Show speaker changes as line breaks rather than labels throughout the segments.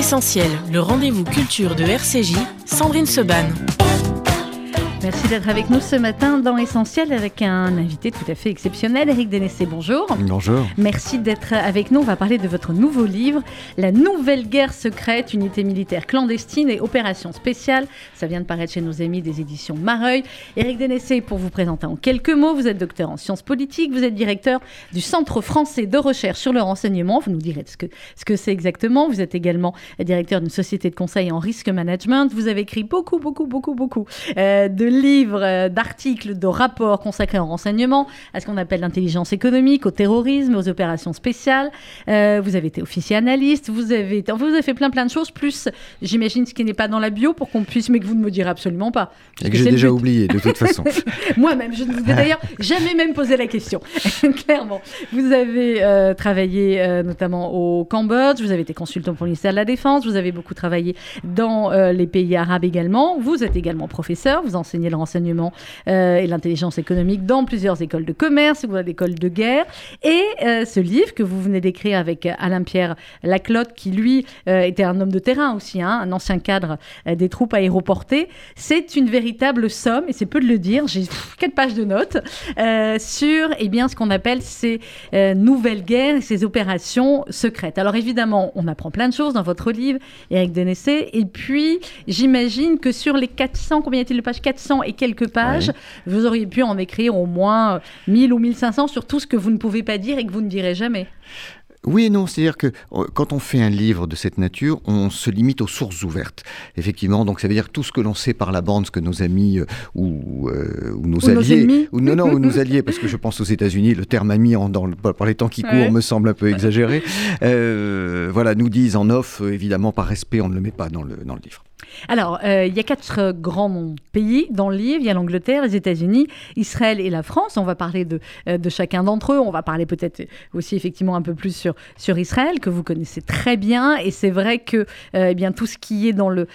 Essentiel, le rendez-vous culture de RCJ, Sandrine Seban.
Merci d'être avec nous ce matin dans Essentiel avec un invité tout à fait exceptionnel, Éric Dénessé, bonjour.
Bonjour.
Merci d'être avec nous. On va parler de votre nouveau livre, La nouvelle guerre secrète, unité militaire clandestine et opération spéciale. Ça vient de paraître chez nos amis des éditions Mareuil. Éric Dénessé, pour vous présenter en quelques mots, vous êtes docteur en sciences politiques, vous êtes directeur du Centre français de recherche sur le renseignement. Vous nous direz ce que c'est exactement. Vous êtes également directeur d'une société de conseil en risk management. Vous avez écrit beaucoup de livres, d'articles, de rapports consacrés au renseignement, à ce qu'on appelle l'intelligence économique, au terrorisme, aux opérations spéciales. Vous avez été officier analyste, vous avez fait plein de choses, plus j'imagine ce qui n'est pas dans la bio pour qu'on puisse, mais que vous ne me direz absolument pas.
Et que j'ai déjà oublié de toute façon.
Moi-même, je ne vous ai d'ailleurs jamais même posé la question. Clairement. Vous avez travaillé notamment au Cambodge, vous avez été consultant pour le ministère de la Défense, vous avez beaucoup travaillé dans les pays arabes également. Vous êtes également professeur, vous enseignez le renseignement et l'intelligence économique dans plusieurs écoles de commerce, ou écoles de guerre. Et ce livre que vous venez d'écrire avec Alain-Pierre Laclotte, qui lui était un homme de terrain aussi, un ancien cadre des troupes aéroportées, c'est une véritable somme, et c'est peu de le dire, j'ai 4 pages de notes, sur ce qu'on appelle ces nouvelles guerres et ces opérations secrètes. Alors évidemment, on apprend plein de choses dans votre livre, Éric Dénessé, et puis j'imagine que sur les 400, combien y a-t-il de pages ? 400 et quelques pages, oui. Vous auriez pu en écrire au moins 1000 ou 1500 sur tout ce que vous ne pouvez pas dire et que vous ne direz jamais.
Oui et non, c'est-à-dire que quand on fait un livre de cette nature, on se limite aux sources ouvertes. Effectivement, donc ça veut dire tout ce que l'on sait par la bande, ce que nos amis ou nos alliés, ou nos alliés, parce que je pense aux États-Unis, le terme ami par les temps qui courent me semble un peu exagéré. Nous disent en off, évidemment par respect, on ne le met pas dans le livre.
Alors, il y a 4 grands pays dans le livre. Il y a l'Angleterre, les États-Unis, Israël et la France. On va parler de chacun d'entre eux. On va parler peut-être aussi effectivement un peu plus sur Israël, que vous connaissez très bien. Et c'est vrai que tout ce qui est dans le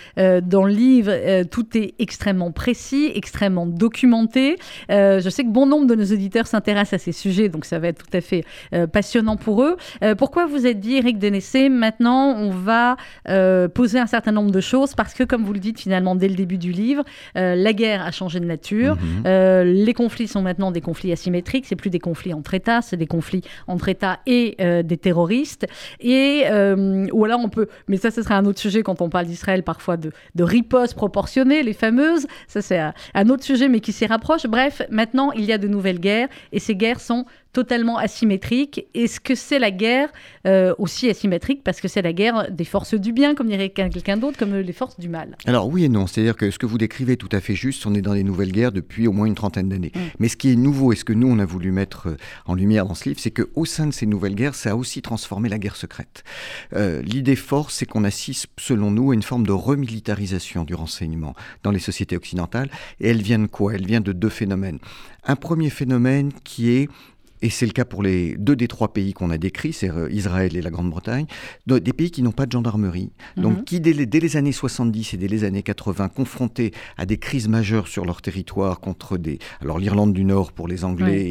livre, tout est extrêmement précis, extrêmement documenté. Je sais que bon nombre de nos auditeurs s'intéressent à ces sujets, donc ça va être tout à fait passionnant pour eux. Pourquoi vous êtes dit, Éric Dénessé, maintenant on va poser un certain nombre de choses, parce que, comme vous le dites finalement dès le début du livre, la guerre a changé de nature. Les conflits sont maintenant des conflits asymétriques. C'est plus des conflits entre États, c'est des conflits entre États et des terroristes. Et ou alors on peut, mais ça, ce serait un autre sujet quand on parle d'Israël, parfois de ripostes proportionnées, les fameuses. Ça, c'est un autre sujet, mais qui s'y rapproche. Bref, maintenant, il y a de nouvelles guerres, et ces guerres sont totalement asymétrique. Est-ce que c'est la guerre aussi asymétrique parce que c'est la guerre des forces du bien, comme dirait quelqu'un d'autre, comme les forces du mal?
Alors oui et non, c'est-à-dire que ce que vous décrivez est tout à fait juste, on est dans des nouvelles guerres depuis au moins une trentaine d'années. Mais ce qui est nouveau et ce que nous on a voulu mettre en lumière dans ce livre, c'est qu'au sein de ces nouvelles guerres, ça a aussi transformé la guerre secrète. L'idée forte, c'est qu'on assiste, selon nous, à une forme de remilitarisation du renseignement dans les sociétés occidentales. Et elle vient de quoi ? Elle vient de 2 phénomènes. Un premier phénomène qui est, et c'est le cas pour les 2 des 3 pays qu'on a décrits, c'est Israël et la Grande-Bretagne, des pays qui n'ont pas de gendarmerie, donc qui dès les années 70 et dès les années 80, confrontés à des crises majeures sur leur territoire contre alors l'Irlande du Nord pour les Anglais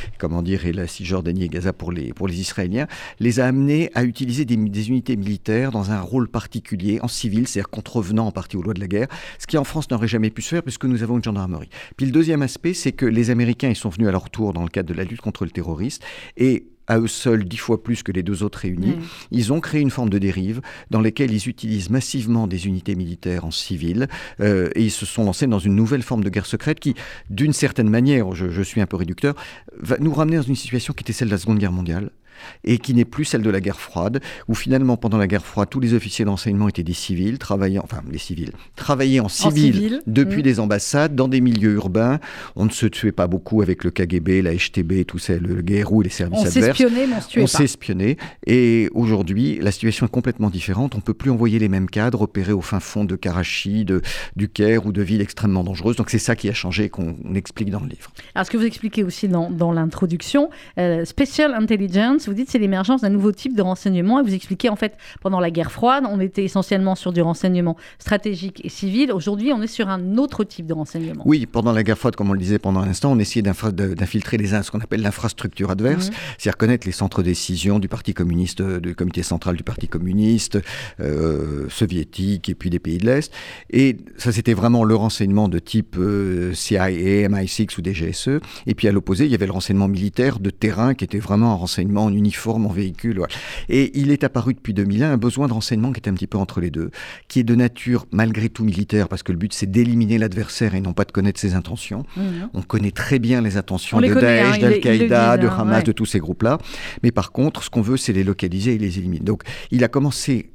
et la Cisjordanie et Gaza pour les Israéliens, les a amenés à utiliser des unités militaires dans un rôle particulier en civil, c'est-à-dire contrevenant en partie aux lois de la guerre, ce qui en France n'aurait jamais pu se faire puisque nous avons une gendarmerie. Puis le deuxième aspect, c'est que les Américains, ils sont venus à leur tour dans le cadre de la lutte contre le terroriste, et à eux seuls 10 fois plus que les 2 autres réunis, ils ont créé une forme de dérive dans laquelle ils utilisent massivement des unités militaires en civil, et ils se sont lancés dans une nouvelle forme de guerre secrète qui, d'une certaine manière, je suis un peu réducteur, va nous ramener dans une situation qui était celle de la Seconde Guerre mondiale, et qui n'est plus celle de la guerre froide, où finalement, pendant la guerre froide, tous les officiers d'enseignement étaient des civils, travaillaient en civil depuis des ambassades, dans des milieux urbains. On ne se tuait pas beaucoup avec le KGB, la HTB, tout ça, le GRU et les services adverses. On s'espionnait. Et aujourd'hui, la situation est complètement différente. On ne peut plus envoyer les mêmes cadres opérer au fin fond de Karachi, du Caire ou de villes extrêmement dangereuses. Donc c'est ça qui a changé et qu'on explique dans le livre.
Alors ce que vous expliquez aussi dans l'introduction, Special Intelligence, vous dites c'est l'émergence d'un nouveau type de renseignement. Et vous expliquez en fait, pendant la guerre froide, on était essentiellement sur du renseignement stratégique et civil. Aujourd'hui, on est sur un autre type de renseignement.
Oui, pendant la guerre froide, comme on le disait pendant un instant, on essayait d'infiltrer ce qu'on appelle l'infrastructure adverse, c'est-à-dire connaître les centres de décision du Parti communiste, du comité central du Parti communiste, soviétique et puis des pays de l'Est. Et ça, c'était vraiment le renseignement de type CIA, MI6 ou DGSE. Et puis à l'opposé, il y avait le renseignement militaire de terrain qui était vraiment un renseignement en uniforme, en véhicule. Voilà. Et il est apparu depuis 2001 un besoin de renseignement qui est un petit peu entre les deux, qui est de nature malgré tout militaire, parce que le but c'est d'éliminer l'adversaire et non pas de connaître ses intentions. On connaît très bien les intentions de Daesh, d'Al-Qaïda, de Hamas, de tous ces groupes-là. Mais par contre, ce qu'on veut, c'est les localiser et les éliminer. Donc il a commencé...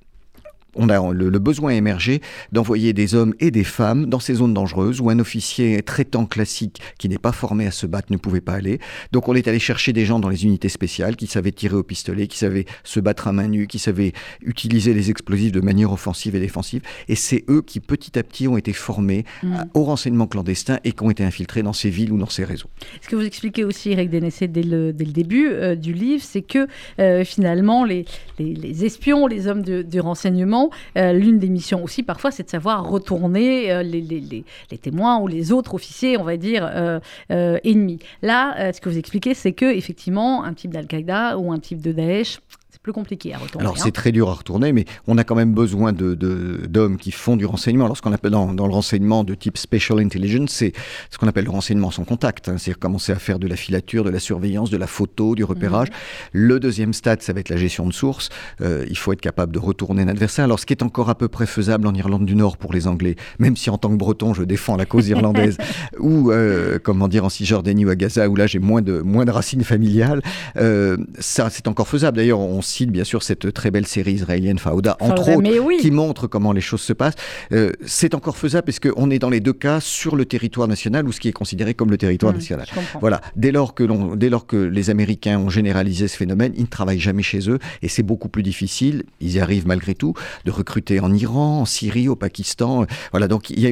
On a le besoin émergé d'envoyer des hommes et des femmes dans ces zones dangereuses où un officier traitant classique qui n'est pas formé à se battre ne pouvait pas aller. Donc on est allé chercher des gens dans les unités spéciales qui savaient tirer au pistolet, qui savaient se battre à main nue, qui savaient utiliser les explosifs de manière offensive et défensive. Et c'est eux qui petit à petit ont été formés au renseignement clandestin et qui ont été infiltrés dans ces villes ou dans ces réseaux.
Ce que vous expliquez aussi, Eric Dénessé, dès le début du livre, c'est que finalement les espions, les hommes du renseignement, l'une des missions aussi, parfois, c'est de savoir retourner les témoins ou les autres officiers, on va dire, ennemis. Là, ce que vous expliquez, c'est que effectivement, un type d'Al-Qaïda ou un type de Daesh, c'est plus compliqué à retourner.
Alors, c'est très dur à retourner, mais on a quand même besoin d'hommes qui font du renseignement. Alors, ce qu'on appelle dans le renseignement de type Special Intelligence, c'est ce qu'on appelle le renseignement sans contact. C'est-à-dire commencer à faire de la filature, de la surveillance, de la photo, du repérage. Le deuxième stade, ça va être la gestion de source. Il faut être capable de retourner un adversaire. Alors, ce qui est encore à peu près faisable en Irlande du Nord pour les Anglais, même si en tant que Breton, je défends la cause irlandaise, ou en Cisjordanie ou à Gaza, où là, j'ai moins de racines familiales, ça, c'est encore faisable. D'ailleurs, on cite bien sûr cette très belle série israélienne Fauda, entre autres, qui montre comment les choses se passent. C'est encore faisable parce qu'on est dans les deux cas sur le territoire national ou ce qui est considéré comme le territoire national. Voilà. Dès lors que les Américains ont généralisé ce phénomène, ils ne travaillent jamais chez eux et c'est beaucoup plus difficile, ils y arrivent malgré tout, de recruter en Iran, en Syrie, au Pakistan. Voilà, donc il y a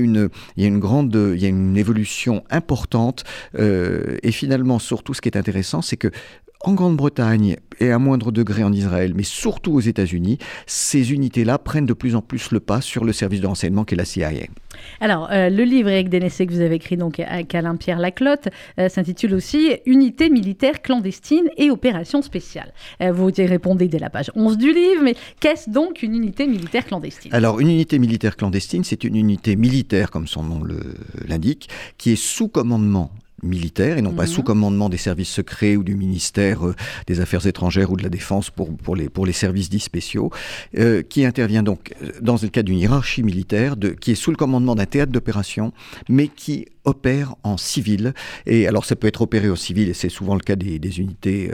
une évolution importante et finalement, surtout, ce qui est intéressant, c'est que en Grande-Bretagne et à moindre degré en Israël, mais surtout aux États-Unis, ces unités-là prennent de plus en plus le pas sur le service de renseignement qu'est la CIA.
Alors, le livre, Eric Dénessé, que vous avez écrit donc avec Alain-Pierre Laclotte, s'intitule aussi « Unités militaires clandestines et opérations spéciales ». Vous y répondez dès la page 11 du livre, mais qu'est-ce donc une unité militaire clandestine ?
Alors, une unité militaire clandestine, c'est une unité militaire, comme son nom l'indique, qui est sous commandement militaire et non pas sous commandement des services secrets ou du ministère des Affaires étrangères ou de la Défense pour les services dits spéciaux, qui intervient donc dans le cadre d'une hiérarchie militaire qui est sous le commandement d'un théâtre d'opération, mais qui opère en civil. Et alors ça peut être opéré en civil, et c'est souvent le cas des unités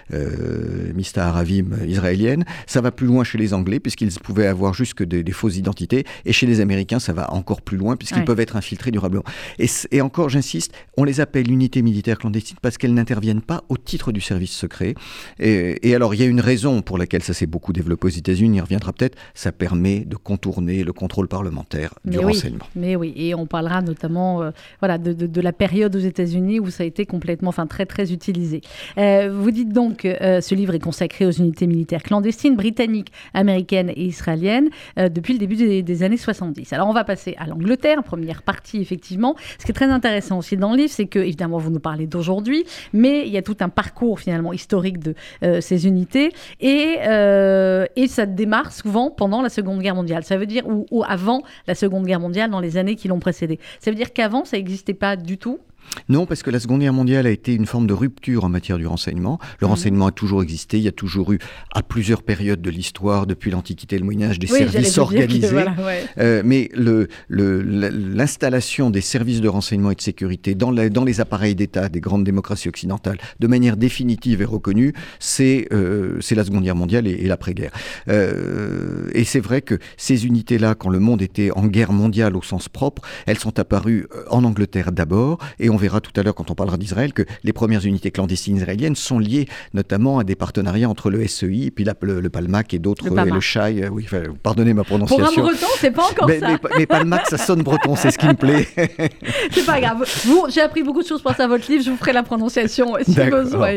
Mista Aravim israéliennes. Ça va plus loin chez les Anglais, puisqu'ils pouvaient avoir jusque des fausses identités, et chez les Américains, ça va encore plus loin, puisqu'ils peuvent être infiltrés durablement. Et encore, j'insiste, on les appelle unités militaires clandestines parce qu'elles n'interviennent pas au titre du service secret. Et alors, il y a une raison pour laquelle ça s'est beaucoup développé aux États-Unis, on y reviendra peut-être, ça permet de contourner le contrôle parlementaire du renseignement.
Mais oui, et on parlera notamment de la période aux États-Unis où ça a été complètement, très très utilisé. Vous dites donc que ce livre est consacré aux unités militaires clandestines britanniques, américaines et israéliennes depuis le début des années 70. Alors on va passer à l'Angleterre, première partie effectivement. Ce qui est très intéressant aussi dans le livre, c'est que évidemment vous nous parlez d'aujourd'hui, mais il y a tout un parcours finalement historique de ces unités et ça démarre souvent pendant la Seconde Guerre mondiale. Ça veut dire ou avant la Seconde Guerre mondiale, dans les années qui l'ont précédée. Ça veut dire qu'avant ça n'existait pas du tout.
Non, parce que la Seconde Guerre mondiale a été une forme de rupture en matière du renseignement. Le renseignement a toujours existé. Il y a toujours eu, à plusieurs périodes de l'histoire, depuis l'Antiquité et le Moyen-Âge, des services organisés. Mais l'installation des services de renseignement et de sécurité dans les appareils d'État des grandes démocraties occidentales, de manière définitive et reconnue, c'est la Seconde Guerre mondiale et l'après-guerre. Et c'est vrai que ces unités-là, quand le monde était en guerre mondiale au sens propre, elles sont apparues en Angleterre d'abord, et on verra tout à l'heure, quand on parlera d'Israël, que les premières unités clandestines israéliennes sont liées notamment à des partenariats entre le SEI, et puis le Palmach et d'autres, et le Shai. Oui, pardonnez ma prononciation.
Pour un breton, c'est pas encore ça.
Mais Palmach, ça sonne breton, c'est ce qui me plaît.
C'est pas grave. J'ai appris beaucoup de choses grâce à votre livre, je vous ferai la prononciation si besoin.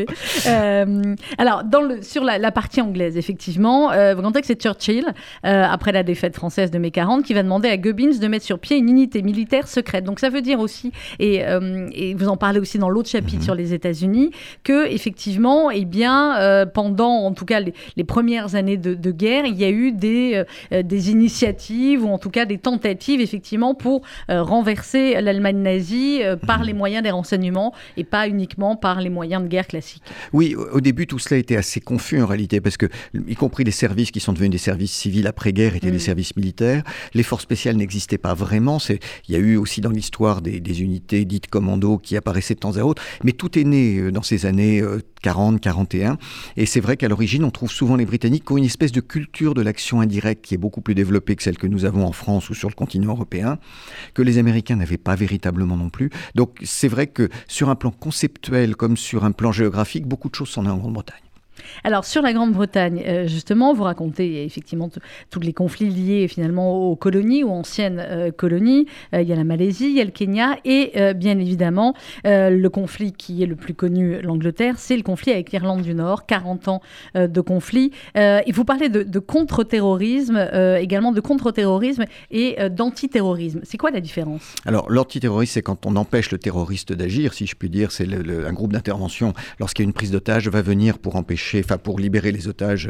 Alors, sur la partie anglaise, effectivement, vous comprenez que c'est Churchill, après la défaite française de mai 40, qui va demander à Goebbels de mettre sur pied une unité militaire secrète. Donc ça veut dire aussi, et vous en parlez aussi dans l'autre chapitre sur les États-Unis, que effectivement, pendant en tout cas les premières années de guerre, il y a eu des initiatives ou en tout cas des tentatives effectivement pour renverser l'Allemagne nazie par les moyens des renseignements et pas uniquement par les moyens de guerre classiques. Oui,
au début tout cela était assez confus en réalité parce que y compris les services qui sont devenus des services civils après-guerre étaient des services militaires. Les forces spéciales n'existaient pas vraiment. Il y a eu aussi dans l'histoire des unités dites commando qui apparaissaient de temps à autre, mais tout est né dans ces années 40, 41. Et c'est vrai qu'à l'origine, on trouve souvent les Britanniques qui ont une espèce de culture de l'action indirecte qui est beaucoup plus développée que celle que nous avons en France ou sur le continent européen, que les Américains n'avaient pas véritablement non plus. Donc c'est vrai que sur un plan conceptuel comme sur un plan géographique, beaucoup de choses sont nées en Grande-Bretagne.
Alors, sur la Grande-Bretagne, justement, vous racontez effectivement tous les conflits liés finalement aux colonies, aux anciennes colonies. Il y a la Malaisie, il y a le Kenya et bien évidemment, le conflit qui est le plus connu, l'Angleterre, c'est le conflit avec l'Irlande du Nord, 40 ans de conflit. Et vous parlez de contre-terrorisme, également de contre-terrorisme et d'antiterrorisme. C'est quoi la différence ?
Alors, l'antiterrorisme, c'est quand on empêche le terroriste d'agir, si je puis dire. C'est un groupe d'intervention, lorsqu'il y a une prise d'otage, va venir pour pour libérer les otages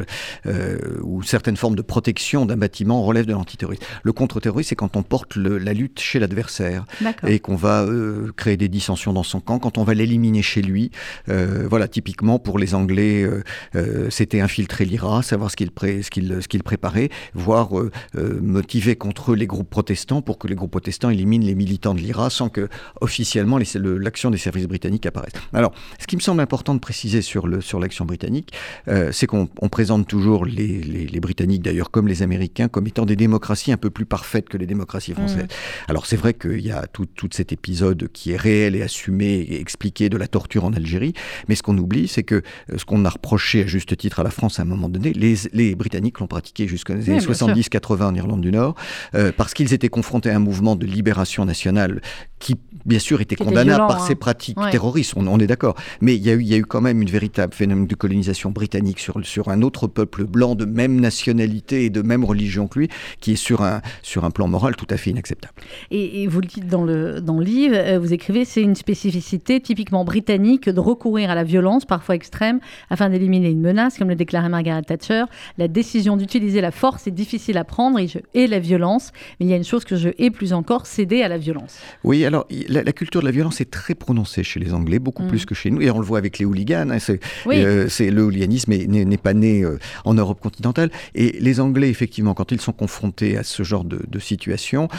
ou certaines formes de protection d'un bâtiment relève de l'antiterrorisme. Le contre-terrorisme, c'est quand on porte la lutte chez l'adversaire et qu'on va créer des dissensions dans son camp, quand on va l'éliminer chez lui. Voilà, typiquement pour les Anglais, c'était infiltrer l'IRA, savoir ce qu'il préparait, voire motiver contre les groupes protestants pour que les groupes protestants éliminent les militants de l'IRA sans que officiellement l'action des services britanniques apparaisse. Alors, ce qui me semble important de préciser sur l'action britannique, c'est qu'on présente toujours les Britanniques, d'ailleurs, comme les Américains, comme étant des démocraties un peu plus parfaites que les démocraties françaises. Alors, c'est vrai qu'il y a tout cet épisode qui est réel et assumé et expliqué de la torture en Algérie, mais ce qu'on oublie, c'est que ce qu'on a reproché à juste titre à la France à un moment donné, les Britanniques l'ont pratiqué jusqu'aux années 70-80 en Irlande du Nord, parce qu'ils étaient confrontés à un mouvement de libération nationale qui, bien sûr, était condamnable par ses pratiques terroristes, on est d'accord. Mais il y a eu quand même une véritable phénomène de colonisation britannique sur un autre peuple blanc de même nationalité et de même religion que lui, qui est sur un plan moral tout à fait inacceptable.
Et vous le dites dans le livre, vous écrivez, c'est une spécificité typiquement britannique de recourir à la violence, parfois extrême, afin d'éliminer une menace, comme le déclarait Margaret Thatcher. La décision d'utiliser la force est difficile à prendre et je hais la violence, mais il y a une chose que je hais plus encore, céder à la violence.
Oui, alors la culture de la violence est très prononcée chez les Anglais, beaucoup plus que chez nous, et on le voit avec les hooligans, c'est le hooliganisme n'est pas né en Europe continentale. Et les Anglais, effectivement, quand ils sont confrontés à ce genre de situation,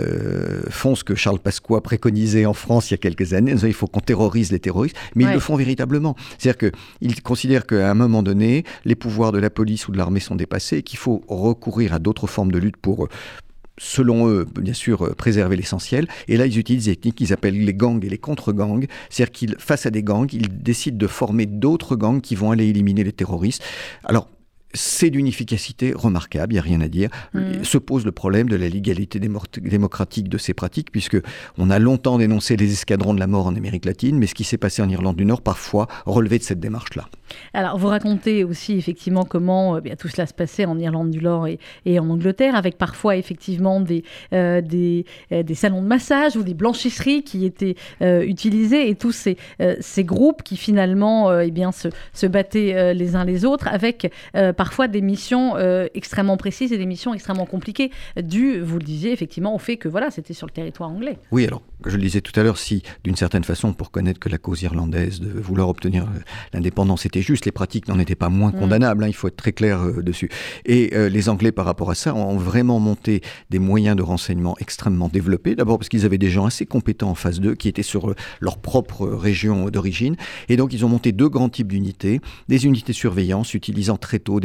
font ce que Charles Pasqua préconisait en France il y a quelques années. Il faut qu'on terrorise les terroristes, mais ils le font véritablement. C'est-à-dire qu'ils considèrent qu'à un moment donné, les pouvoirs de la police ou de l'armée sont dépassés et qu'il faut recourir à d'autres formes de lutte pour selon eux, bien sûr, préserver l'essentiel. Et là, ils utilisent des techniques qu'ils appellent les gangs et les contre-gangs. C'est-à-dire qu'ils, face à des gangs, ils décident de former d'autres gangs qui vont aller éliminer les terroristes. Alors, c'est d'une efficacité remarquable, il n'y a rien à dire. Se pose le problème de la légalité démocratique de ces pratiques, puisqu'on a longtemps dénoncé les escadrons de la mort en Amérique latine, mais ce qui s'est passé en Irlande du Nord, parfois, relevait de cette démarche-là.
Alors, vous racontez aussi, effectivement, comment tout cela se passait en Irlande du Nord et en Angleterre, avec parfois, effectivement, des salons de massage ou des blanchisseries qui étaient utilisés, et tous ces groupes qui, finalement, se battaient les uns les autres, avec parfois des missions extrêmement précises et des missions extrêmement compliquées, dues, vous le disiez, effectivement, au fait que c'était sur le territoire anglais.
Oui, alors, je le disais tout à l'heure, si, d'une certaine façon, pour connaître que la cause irlandaise de vouloir obtenir l'indépendance était juste, les pratiques n'en étaient pas moins condamnables, il faut être très clair dessus. Et les Anglais, par rapport à ça, ont vraiment monté des moyens de renseignement extrêmement développés, d'abord parce qu'ils avaient des gens assez compétents en face d'eux, qui étaient sur leur propre région d'origine, et donc ils ont monté deux grands types d'unités, des unités de surveillance, utilisant très tôt des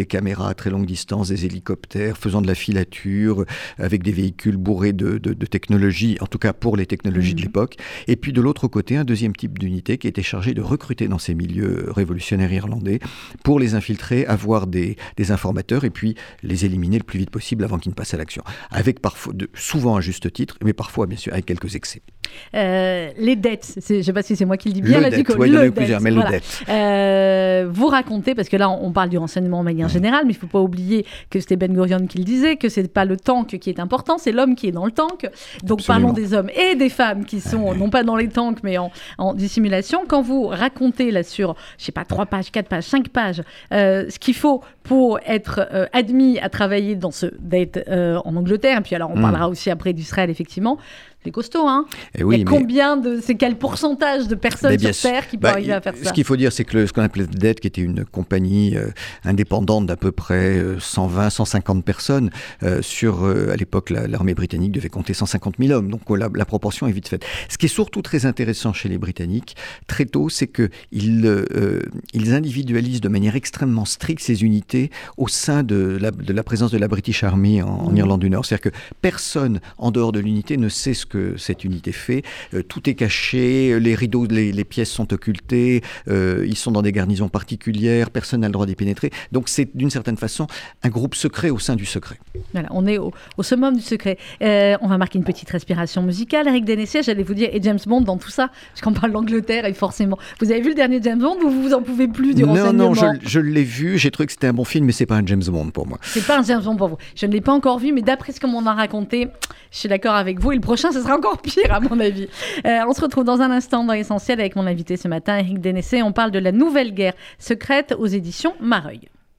des caméras à très longue distance, des hélicoptères, faisant de la filature, avec des véhicules bourrés de technologies, en tout cas pour les technologies de l'époque. Et puis de l'autre côté, un deuxième type d'unité qui était chargé de recruter dans ces milieux révolutionnaires irlandais pour les infiltrer, avoir des informateurs et puis les éliminer le plus vite possible avant qu'ils ne passent à l'action. Avec parfois, souvent à juste titre, mais parfois bien sûr avec quelques excès.
Les dettes, je ne sais pas si c'est moi qui le dis bien.
Le dette, oui, il y en a eu plusieurs, mais voilà. Le dette.
Vous racontez, parce que là on parle du renseignement de manière générale, mais il ne faut pas oublier que c'était Ben Gurion qui le disait, que ce n'est pas le tank qui est important, c'est l'homme qui est dans le tank. Donc Absolument. Parlons des hommes et des femmes qui sont non pas dans les tanks, mais en dissimulation. Quand vous racontez là sur, je ne sais pas, 3 pages, 4 pages, 5 pages, ce qu'il faut pour être admis à travailler dans ce date en Angleterre, et puis alors on parlera aussi après d'Israël, effectivement. C'est costaud, hein.
Oui,
il y a combien c'est quel pourcentage de personnes sur Terre qui peuvent arriver à faire ça?
Ce qu'il faut dire, c'est que ce qu'on appelait DET, qui était une compagnie indépendante d'à peu près 120, 150 personnes, à l'époque, l'armée britannique devait compter 150 000 hommes. Donc la proportion est vite faite. Ce qui est surtout très intéressant chez les Britanniques, très tôt, c'est qu'ils individualisent de manière extrêmement stricte ces unités au sein de la présence de la British Army en Irlande du Nord. C'est-à-dire que personne en dehors de l'unité ne sait ce que cette unité fait. Tout est caché, les rideaux, les pièces sont occultées, ils sont dans des garnisons particulières, personne n'a le droit d'y pénétrer. Donc c'est d'une certaine façon un groupe secret au sein du secret.
Voilà, on est au summum du secret. On va marquer une petite respiration musicale. Eric Dénessé, j'allais vous dire, et James Bond dans tout ça, parce qu'on parle d'Angleterre et forcément. Vous avez vu le dernier James Bond ou vous en pouvez plus du renseignement?
Non, je l'ai vu, j'ai trouvé que c'était un bon film, mais c'est pas un James Bond pour moi.
C'est pas un James Bond pour vous. Je ne l'ai pas encore vu, mais d'après ce qu'on m'en a raconté, je suis d'accord avec vous. Et le prochain, ce sera encore pire, à mon avis. On se retrouve dans un instant dans Essentiel avec mon invité ce matin, Eric Dénessé. On parle de la nouvelle guerre secrète aux éditions Mareuil.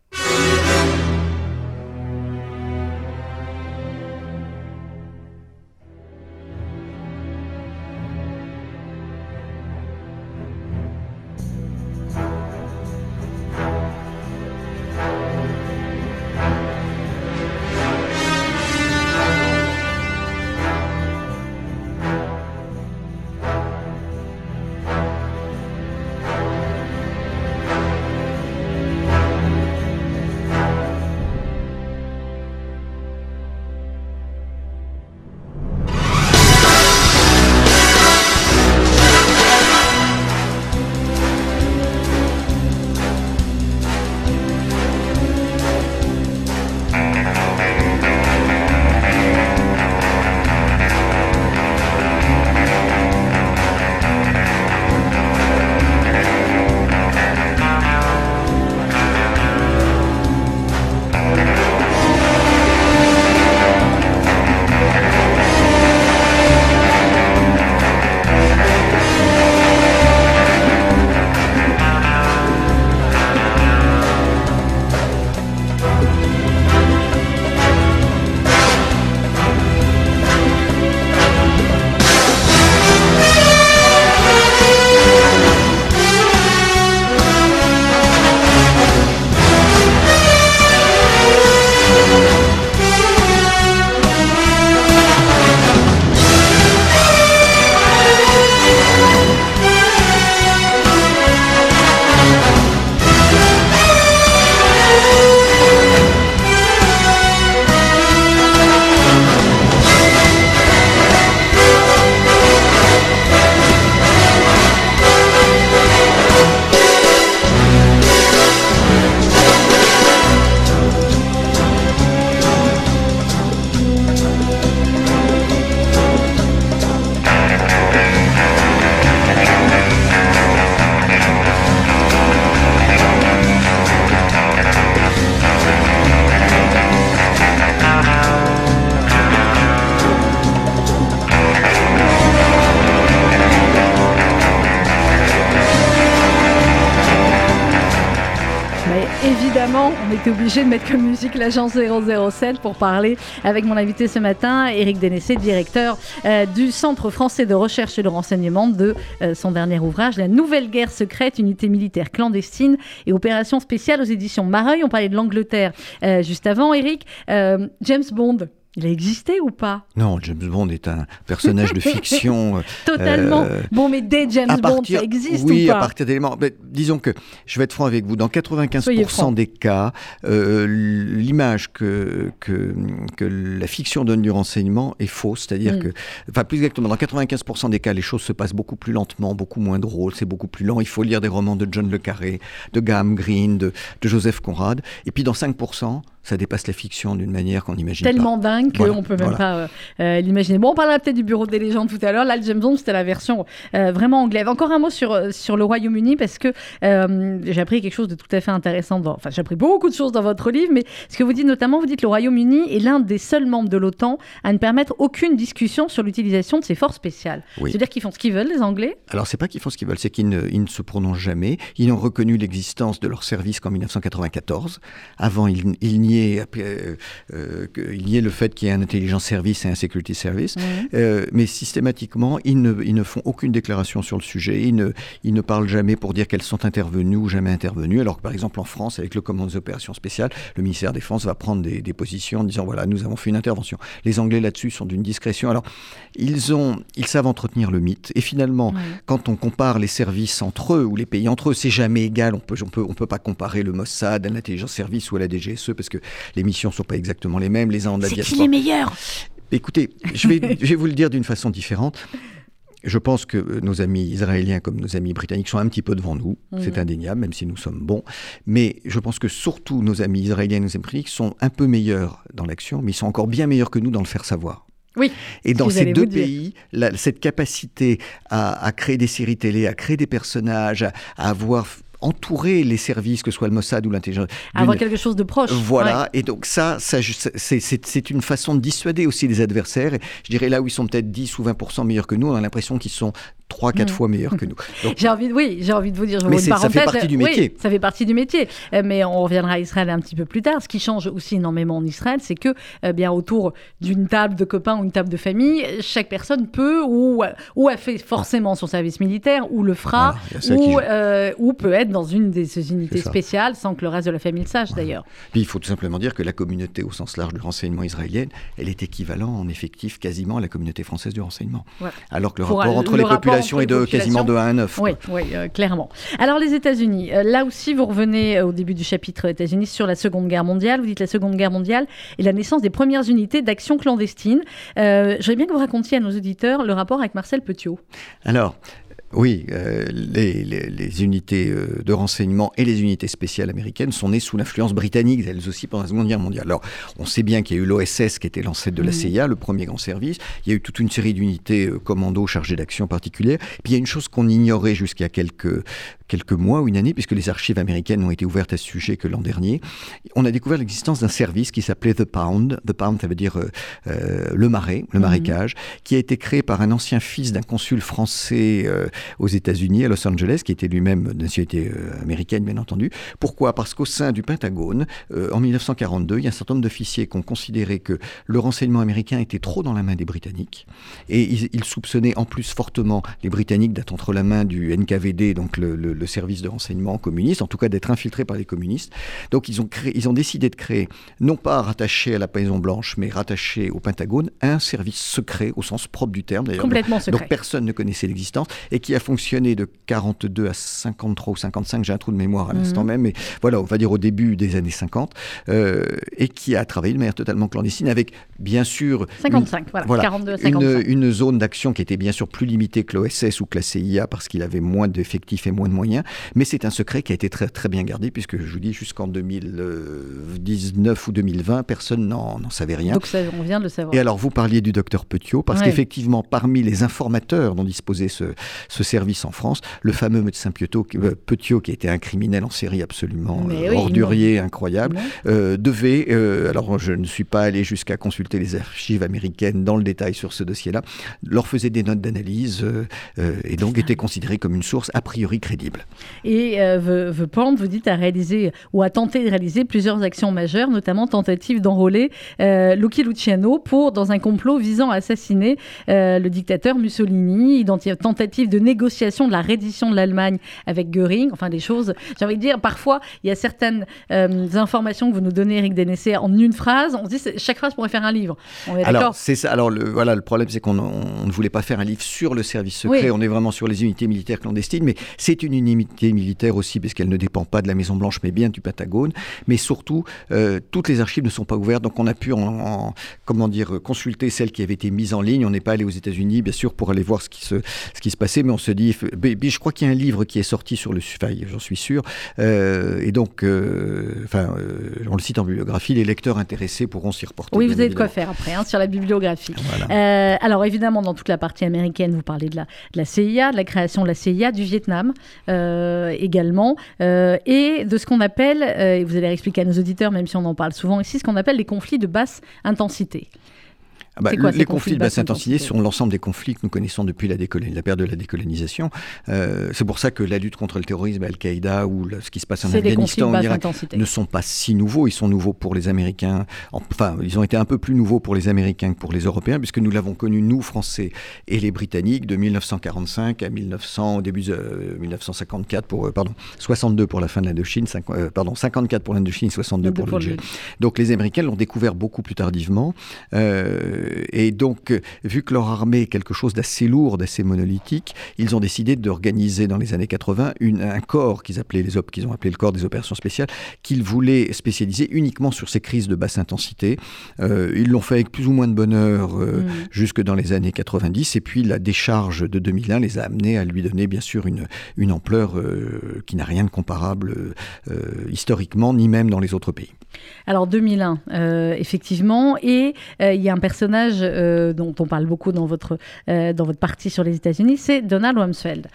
Évidemment, on était obligé de mettre comme musique l'agence 007 pour parler avec mon invité ce matin, Eric Dénessé, directeur du Centre français de recherche et de renseignement de son dernier ouvrage, La nouvelle guerre secrète, unité militaire clandestine et opération spéciale aux éditions Mareuil. On parlait de l'Angleterre juste avant, Eric. James Bond. Il a existé ou pas?
Non, James Bond est un personnage de fiction.
Totalement. Bon, mais des James Bond, ça existe ou pas?
Oui, à partir d'éléments. Disons que, je vais être franc avec vous, dans 95% des cas, l'image que la fiction donne du renseignement est fausse. C'est-à-dire que, enfin, plus exactement, dans 95% des cas, les choses se passent beaucoup plus lentement, beaucoup moins drôles, c'est beaucoup plus lent. Il faut lire des romans de John le Carré, de Graham Greene, de Joseph Conrad. Et puis dans 5%, ça dépasse la fiction d'une manière qu'on n'imagine pas.
Tellement dingue qu'on ne peut même pas l'imaginer. Bon, on parlera peut-être du Bureau des légendes tout à l'heure. Là, le James Bond, c'était la version vraiment anglaise. Encore un mot sur le Royaume-Uni, parce que j'ai appris quelque chose de tout à fait intéressant. Enfin, j'ai appris beaucoup de choses dans votre livre, mais ce que vous dites notamment, vous dites que le Royaume-Uni est l'un des seuls membres de l'OTAN à ne permettre aucune discussion sur l'utilisation de ses forces spéciales. Oui. C'est-à-dire qu'ils font ce qu'ils veulent, les Anglais? Alors,
c'est pas qu'ils font ce qu'ils veulent, c'est qu'ils ne se prononcent jamais. Ils n'ont reconnu l'existence de leur service qu'en 1994. Avant, il niait le fait qu'il y ait un intelligence service et un security service, mais systématiquement, ils ne font aucune déclaration sur le sujet, ils ne parlent jamais pour dire qu'elles sont intervenues ou jamais intervenues, alors que par exemple en France, avec le commandement des opérations spéciales, le ministère de la Défense va prendre des positions en disant voilà, nous avons fait une intervention. Les Anglais là-dessus sont d'une discrétion. Alors, ils savent entretenir le mythe, et finalement, quand on compare les services entre eux, ou les pays entre eux, c'est jamais égal, on peut pas comparer le Mossad à l'intelligence service ou à la DGSE, parce que les missions ne sont pas exactement les mêmes, les uns ont de la diaspora.
C'est qui les meilleurs?
Écoutez, je vais vous le dire d'une façon différente. Je pense que nos amis israéliens comme nos amis britanniques sont un petit peu devant nous, c'est indéniable, même si nous sommes bons. Mais je pense que surtout nos amis israéliens et nos amis britanniques sont un peu meilleurs dans l'action, mais ils sont encore bien meilleurs que nous dans le faire savoir.
Oui.
Et dans ces deux pays, cette capacité à créer des séries télé, à créer des personnages, à avoir entourer les services, que ce soit le Mossad ou l'intelligence.
Avoir quelque chose de proche.
Voilà, et donc ça c'est une façon de dissuader aussi les adversaires. Et je dirais là où ils sont peut-être 10 ou 20% meilleurs que nous, on a l'impression qu'ils sont 3-4 fois meilleurs que nous. Donc,
j'ai envie de vous dire,
mais ça fait partie du métier.
Oui, ça fait partie du métier. Mais on reviendra à Israël un petit peu plus tard. Ce qui change aussi énormément en Israël, c'est que bien autour d'une table de copains ou une table de famille, chaque personne peut ou a fait forcément son service militaire, ou le fera, ou peut être dans une de ces unités spéciales, sans que le reste de la famille le sache d'ailleurs.
Puis il faut tout simplement dire que la communauté au sens large du renseignement israélien, elle est équivalente en effectif quasiment à la communauté française du renseignement. Ouais. Alors que le rapport entre les populations est de quasiment de 1 à 9.
Oui, clairement. Alors les États-Unis, là aussi vous revenez au début du chapitre États-Unis sur la Seconde Guerre mondiale. Vous dites la Seconde Guerre mondiale et la naissance des premières unités d'action clandestine. J'aimerais bien que vous racontiez à nos auditeurs le rapport avec Marcel Petiot.
Alors, oui, les unités de renseignement et les unités spéciales américaines sont nées sous l'influence britannique, elles aussi, pendant la Seconde Guerre mondiale. Alors, on sait bien qu'il y a eu l'OSS qui était l'ancêtre de la CIA, le premier grand service. Il y a eu toute une série d'unités commando chargées d'actions particulières. Puis il y a une chose qu'on ignorait jusqu'à quelques mois ou une année, puisque les archives américaines n'ont été ouvertes à ce sujet que l'an dernier. On a découvert l'existence d'un service qui s'appelait The Pound. The Pound, ça veut dire le marais, le marécage, qui a été créé par un ancien fils d'un consul français aux États-Unis, à Los Angeles, qui était lui-même de nationalité américaine, bien entendu. Pourquoi ? Parce qu'au sein du Pentagone, en 1942, il y a un certain nombre d'officiers qui ont considéré que le renseignement américain était trop dans la main des Britanniques. Et ils soupçonnaient en plus fortement les Britanniques d'être entre la main du NKVD, donc le service de renseignement communiste, en tout cas d'être infiltrés par les communistes. Donc ils ont décidé de créer, non pas rattaché à la Maison Blanche, mais rattaché au Pentagone, un service secret, au sens propre du terme d'ailleurs.
Complètement secret.
Donc personne ne connaissait l'existence, et qui a fonctionné de 42 à 53 ou 55, j'ai un trou de mémoire à l'instant même, mais voilà, on va dire au début des années 50, et qui a travaillé de manière totalement clandestine avec, bien sûr...
55, voilà 42 à 55.
Une zone d'action qui était bien sûr plus limitée que l'OSS ou que la CIA, parce qu'il avait moins d'effectifs et moins de moyens, mais c'est un secret qui a été très, très bien gardé, puisque je vous dis, jusqu'en 2019 ou 2020, personne n'en savait rien.
Donc ça, on vient de le savoir.
Et alors, vous parliez du docteur Petiot, parce qu'effectivement, parmi les informateurs dont disposait ce service en France, le fameux médecin Petiot, qui était un criminel en série absolument ordurier, incroyable, devait, alors je ne suis pas allé jusqu'à consulter les archives américaines dans le détail sur ce dossier-là, leur faisait des notes d'analyse, et donc était considéré comme une source a priori crédible.
Et The Pound, vous dites, a réalisé ou a tenté de réaliser plusieurs actions majeures, notamment tentative d'enrôler Lucky Luciano dans un complot visant à assassiner le dictateur Mussolini, tentative de négociations de la reddition de l'Allemagne avec Göring, enfin des choses, j'ai envie de dire, parfois il y a certaines informations que vous nous donnez, Éric Dénessé, en une phrase, on se dit chaque phrase pourrait faire un livre. On est d'accord ?
Alors, c'est ça. Alors, le problème, c'est qu'on ne voulait pas faire un livre sur le service secret, oui. On est vraiment sur les unités militaires clandestines, mais c'est une unité militaire aussi, parce qu'elle ne dépend pas de la Maison-Blanche, mais bien du Pentagone, mais surtout, toutes les archives ne sont pas ouvertes, donc on a pu consulter celles qui avaient été mises en ligne. On n'est pas allé aux États-Unis, bien sûr, pour aller voir ce qui se passait, mais on se dit, je crois qu'il y a un livre qui est sorti sur le sujet, j'en suis sûr, et donc, on le cite en bibliographie, les lecteurs intéressés pourront s'y reporter.
Oui, vous avez de quoi faire après, sur la bibliographie. Voilà. Alors évidemment, dans toute la partie américaine, vous parlez de la CIA, de la création de la CIA, du Vietnam également, et de ce qu'on appelle, et vous allez expliquer à nos auditeurs, même si on en parle souvent ici, ce qu'on appelle les conflits de basse intensité.
Les conflits de basse intensité sont l'ensemble des conflits que nous connaissons depuis la période de la décolonisation. C'est pour ça que la lutte contre le terrorisme, Al-Qaïda ou ce qui se passe en Afghanistan, en Irak, ne sont pas si nouveaux. Ils sont nouveaux pour les Américains. Enfin, ils ont été un peu plus nouveaux pour les Américains que pour les Européens, puisque nous l'avons connu, nous, Français et les Britanniques, de 1945 à 1954 62 pour la fin de l'Indochine, 54 pour l'Indochine, 62 pour l'Algérie. Donc les Américains l'ont découvert beaucoup plus tardivement. Et donc, vu que leur armée est quelque chose d'assez lourd, d'assez monolithique, ils ont décidé d'organiser dans les années 80 un corps qu'ils ont appelé le corps des opérations spéciales, qu'ils voulaient spécialiser uniquement sur ces crises de basse intensité. Ils l'ont fait avec plus ou moins de bonheur jusque dans les années 90, et puis la décharge de 2001 les a amenés à lui donner bien sûr une ampleur qui n'a rien de comparable historiquement, ni même dans les autres pays.
Alors 2001, effectivement, et il y a un personnage dont on parle beaucoup dans votre partie sur les États-Unis, c'est Donald Rumsfeld.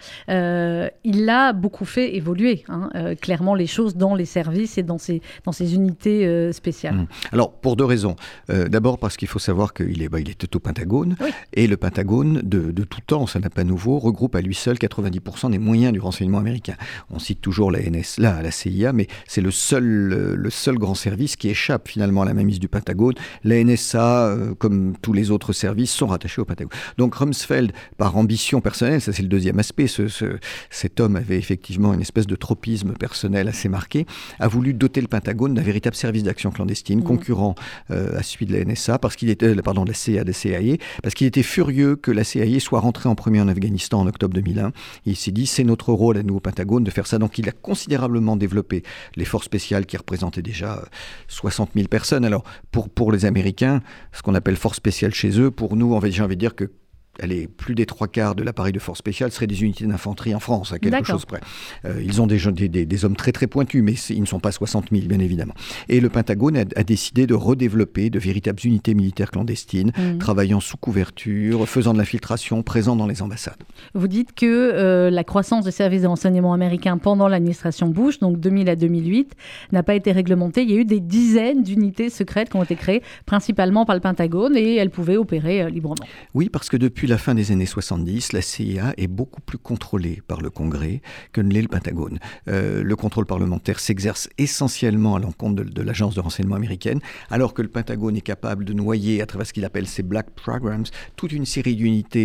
Il a beaucoup fait évoluer clairement les choses dans les services et dans ces unités spéciales.
Alors pour deux raisons. D'abord parce qu'il faut savoir qu'il était au Pentagone, oui. Et le Pentagone, de tout temps, ça n'a pas nouveau, regroupe à lui seul 90% des moyens du renseignement américain. On cite toujours la NSA, la CIA, mais c'est le seul grand service qui échappe finalement à la mainmise du Pentagone. La NSA, comme tous les autres services, sont rattachés au Pentagone. Donc Rumsfeld, par ambition personnelle, ça c'est le deuxième aspect, cet homme avait effectivement une espèce de tropisme personnel assez marqué, a voulu doter le Pentagone d'un véritable service d'action clandestine, concurrent à celui de la NSA, de la CIA, de CIA, parce qu'il était furieux que la CIA soit rentrée en premier en Afghanistan en octobre 2001. Et il s'est dit, c'est notre rôle à nous au Pentagone de faire ça. Donc il a considérablement développé les forces spéciales qui représentaient déjà 60 000 personnes. Alors pour les Américains, ce qu'on appelle force spéciale chez eux, pour nous, j'ai envie de dire que plus des 3/4 de l'appareil de force spéciale seraient des unités d'infanterie en France, à quelque chose près. Ils ont des hommes très très pointus, mais ils ne sont pas 60 000, bien évidemment. Et le Pentagone a décidé de redévelopper de véritables unités militaires clandestines, travaillant sous couverture, faisant de l'infiltration, présents dans les ambassades.
Vous dites que la croissance des services de renseignement américains pendant l'administration Bush, donc 2000 à 2008, n'a pas été réglementée. Il y a eu des dizaines d'unités secrètes qui ont été créées, principalement par le Pentagone, et elles pouvaient opérer librement.
Oui, parce que depuis la fin des années 70, la CIA est beaucoup plus contrôlée par le Congrès que ne l'est le Pentagone. Le contrôle parlementaire s'exerce essentiellement à l'encontre de l'agence de renseignement américaine, alors que le Pentagone est capable de noyer, à travers ce qu'il appelle ses Black Programs, toute une série d'unités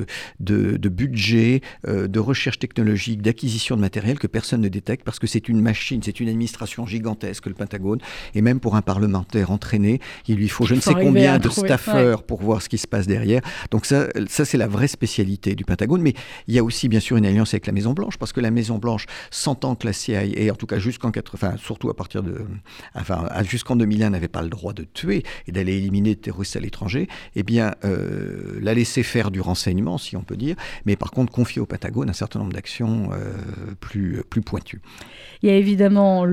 de budget, de recherche technologique, d'acquisition de matériel que personne ne détecte, parce que c'est une machine, c'est une administration gigantesque, le Pentagone, et même pour un parlementaire entraîné, il lui faut je ne sais combien de staffeurs pour voir ce qui se passe derrière. Donc ça, c'est la vraie spécialité du Pentagone, mais il y a aussi bien sûr une alliance avec la Maison-Blanche, parce que la Maison-Blanche, sentant que la CIA, et en tout cas surtout à partir jusqu'en 2001, n'avait pas le droit de tuer et d'aller éliminer des terroristes à l'étranger, eh bien, la laisser faire du renseignement, si on peut dire, mais par contre confier au Pentagone un certain nombre d'actions plus pointues.
Il y a évidemment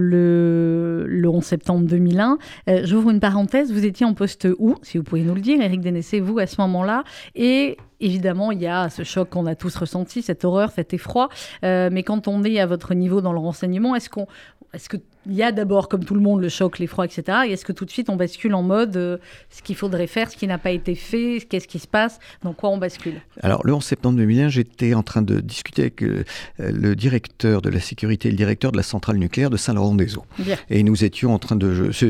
le 11 septembre 2001. J'ouvre une parenthèse, vous étiez en poste où, si vous pouvez nous le dire, Éric Dénessé, vous, à ce moment-là, et évidemment, il y a ce choc qu'on a tous ressenti, cette horreur, cet effroi. Mais quand on est à votre niveau dans le renseignement, est-ce qu'il y a d'abord, comme tout le monde, le choc, l'effroi, etc. Et est-ce que tout de suite, on bascule en mode ce qu'il faudrait faire, ce qui n'a pas été fait, qu'est-ce qui se passe, dans quoi on bascule? Alors,
le 11 septembre 2001, j'étais en train de discuter avec le directeur de la sécurité et le directeur de la centrale nucléaire de Saint-Laurent-des-Eaux. Bien. Et nous étions en train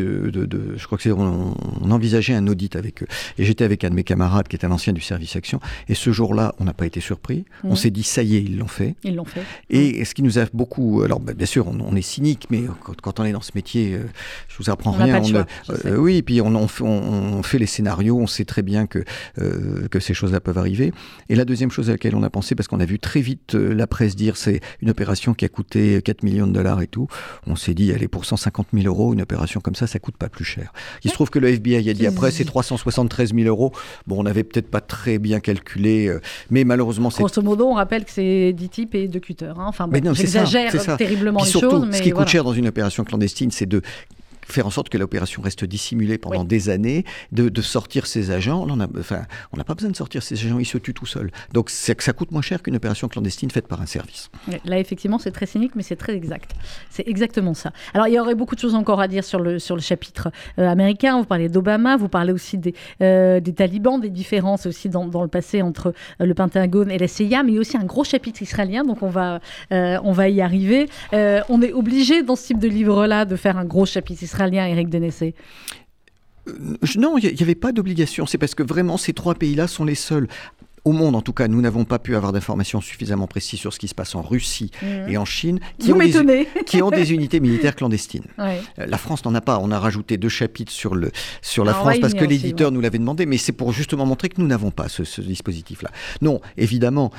je crois que on envisageait un audit avec eux. Et j'étais avec un de mes camarades qui est un ancien du service action. Et ce jour-là, on n'a pas été surpris. On s'est dit, ça y est, ils l'ont fait.
Ils l'ont fait.
Et ce qui nous a beaucoup... Alors, bien sûr, on est cynique, mais quand on est dans ce métier, je vous apprends rien.
Pas de choix,
oui, et puis on fait les scénarios, on sait très bien que ces choses-là peuvent arriver. Et la deuxième chose à laquelle on a pensé, parce qu'on a vu très vite la presse dire c'est une opération qui a coûté 4 millions de dollars et tout, on s'est dit, allez, pour 150 000 euros, une opération comme ça coûte pas plus cher. Il se trouve que le FBI a dit après, c'est 373 000 euros. Bon, on n'avait peut-être pas très bien calculé, mais malheureusement...
Grosso modo, on rappelle que c'est 10 types et 2 cutters. Hein. Enfin, bon, j'exagère terriblement les
surtout,
choses. Mais
ce qui coûte cher dans une opération clandestine, c'est de faire en sorte que l'opération reste dissimulée pendant des années, de sortir ces agents. Là, on n'a pas besoin de sortir ces agents, ils se tuent tout seuls. Donc ça coûte moins cher qu'une opération clandestine faite par un service.
Là, effectivement, c'est très cynique, mais c'est très exact. C'est exactement ça. Alors, il y aurait beaucoup de choses encore à dire sur le chapitre américain. Vous parlez d'Obama, vous parlez aussi des talibans, des différences aussi dans le passé entre le Pentagone et la CIA, mais il y a aussi un gros chapitre israélien, donc on va y arriver. On est obligé, dans ce type de livre-là, de faire un gros chapitre israélien, Éric Denessé.
Non, il n'y avait pas d'obligation. C'est parce que vraiment, ces 3 pays-là sont les seuls. Au monde, en tout cas, nous n'avons pas pu avoir d'informations suffisamment précises sur ce qui se passe en Russie et en Chine, qui ont des unités militaires clandestines. Ouais. La France n'en a pas. On a rajouté 2 chapitres sur la France parce que l'éditeur nous l'avait demandé, mais c'est pour justement montrer que nous n'avons pas ce dispositif-là. Non, évidemment,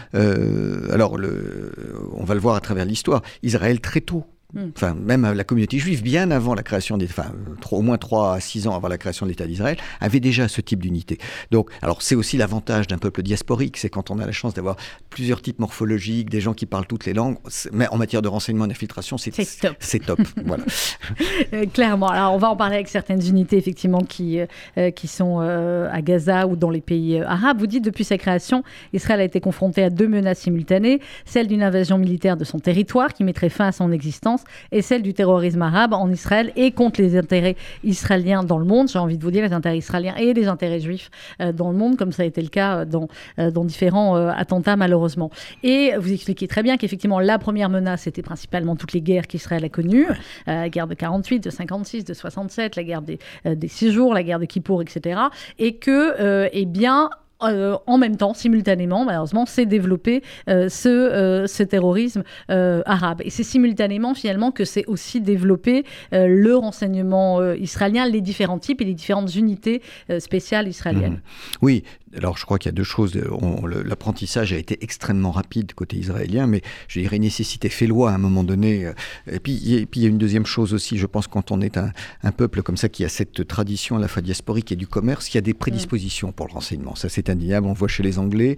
on va le voir à travers l'histoire, Israël très tôt. Enfin, même la communauté juive, bien avant la création au moins 3 à 6 ans avant la création de l'État d'Israël, avait déjà ce type d'unité. Donc, alors c'est aussi l'avantage d'un peuple diasporique, c'est quand on a la chance d'avoir plusieurs types morphologiques, des gens qui parlent toutes les langues, mais en matière de renseignement et d'infiltration, c'est top. Voilà.
Clairement. Alors, on va en parler avec certaines unités, effectivement, qui sont à Gaza ou dans les pays arabes. Vous dites, depuis sa création, Israël a été confronté à 2 menaces simultanées, celle d'une invasion militaire de son territoire qui mettrait fin à son existence, et celle du terrorisme arabe en Israël et contre les intérêts israéliens dans le monde. J'ai envie de vous dire les intérêts israéliens et les intérêts juifs dans le monde, comme ça a été le cas dans différents attentats malheureusement. Et vous expliquez très bien qu'effectivement la première menace c'était principalement toutes les guerres qu'Israël a connues, la guerre de 48, de 56, de 67, la guerre des 6 jours, la guerre de Kippour, etc. Et que, en même temps, simultanément, malheureusement, s'est développé ce terrorisme arabe. Et c'est simultanément, finalement, que s'est aussi développé le renseignement israélien, les différents types et les différentes unités spéciales israéliennes.
Oui. Alors, je crois qu'il y a 2 choses. L'apprentissage a été extrêmement rapide côté israélien, mais je dirais nécessité fait loi à un moment donné. Et puis, il y a une deuxième chose aussi. Je pense quand on est un peuple comme ça qui a cette tradition à la fois diasporique et du commerce, il y a des prédispositions pour le renseignement. Ça, c'est indéniable. On le voit chez les Anglais.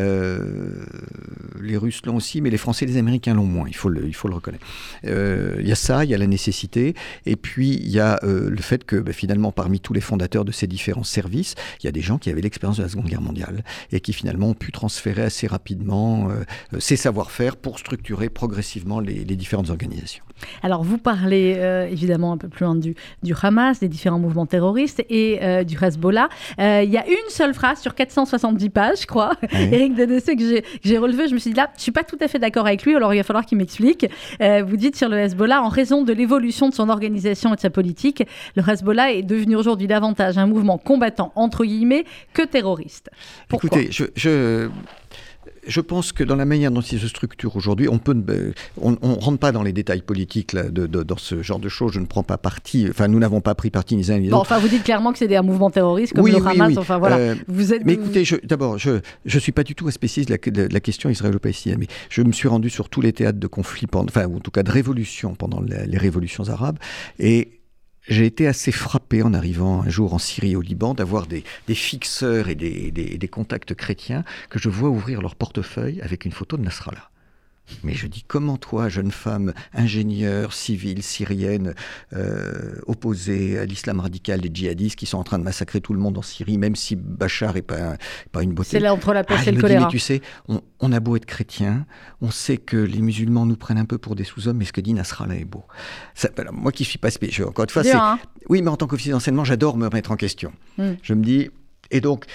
Les Russes l'ont aussi, mais les Français et les Américains l'ont moins. Il faut le reconnaître. Il y a ça, il y a la nécessité. Et puis, il y a le fait que, finalement, parmi tous les fondateurs de ces différents services, il y a des gens qui avaient l'expérience de la Seconde Guerre mondiale et qui finalement ont pu transférer assez rapidement ces savoir-faire pour structurer progressivement les différentes organisations.
Alors vous parlez évidemment un peu plus loin du Hamas, des différents mouvements terroristes et du Hezbollah. Il y a une seule phrase sur 470 pages, je crois, Éric Denessé, que j'ai relevé. Je me suis dit là, je ne suis pas tout à fait d'accord avec lui, alors il va falloir qu'il m'explique. Vous dites sur le Hezbollah, en raison de l'évolution de son organisation et de sa politique, le Hezbollah est devenu aujourd'hui davantage un mouvement combattant, entre guillemets, que terroriste. Pourquoi ?
Écoutez, je pense que dans la manière dont il se structure aujourd'hui, on rentre pas dans les détails politiques là, dans ce genre de choses. Je ne prends pas parti. Enfin, nous n'avons pas pris parti ni les uns ni les autres.
Enfin, vous dites clairement que c'est un mouvement terroriste comme le Hamas. Oui. Enfin voilà.
Mais écoutez, d'abord, je suis pas du tout un spécialiste de la question israélo-palestinienne, mais je me suis rendu sur tous les théâtres de conflit, ou en tout cas de révolution pendant les révolutions arabes, et j'ai été assez frappé en arrivant un jour en Syrie et au Liban d'avoir des fixeurs et des contacts chrétiens que je vois ouvrir leur portefeuille avec une photo de Nasrallah. Mais je dis, comment toi, jeune femme, ingénieure, civile, syrienne, opposée à l'islam radical des djihadistes qui sont en train de massacrer tout le monde en Syrie, même si Bachar n'est pas une beauté.
C'est là entre la peste et le choléra.
Mais tu sais, on a beau être chrétien, on sait que les musulmans nous prennent un peu pour des sous-hommes, mais ce que dit Nasrallah est beau. Ça, moi qui ne suis pas spécialiste, encore une fois,
bien,
oui, mais en tant qu'officier d'enseignement, j'adore me remettre en question. Je me dis, et donc,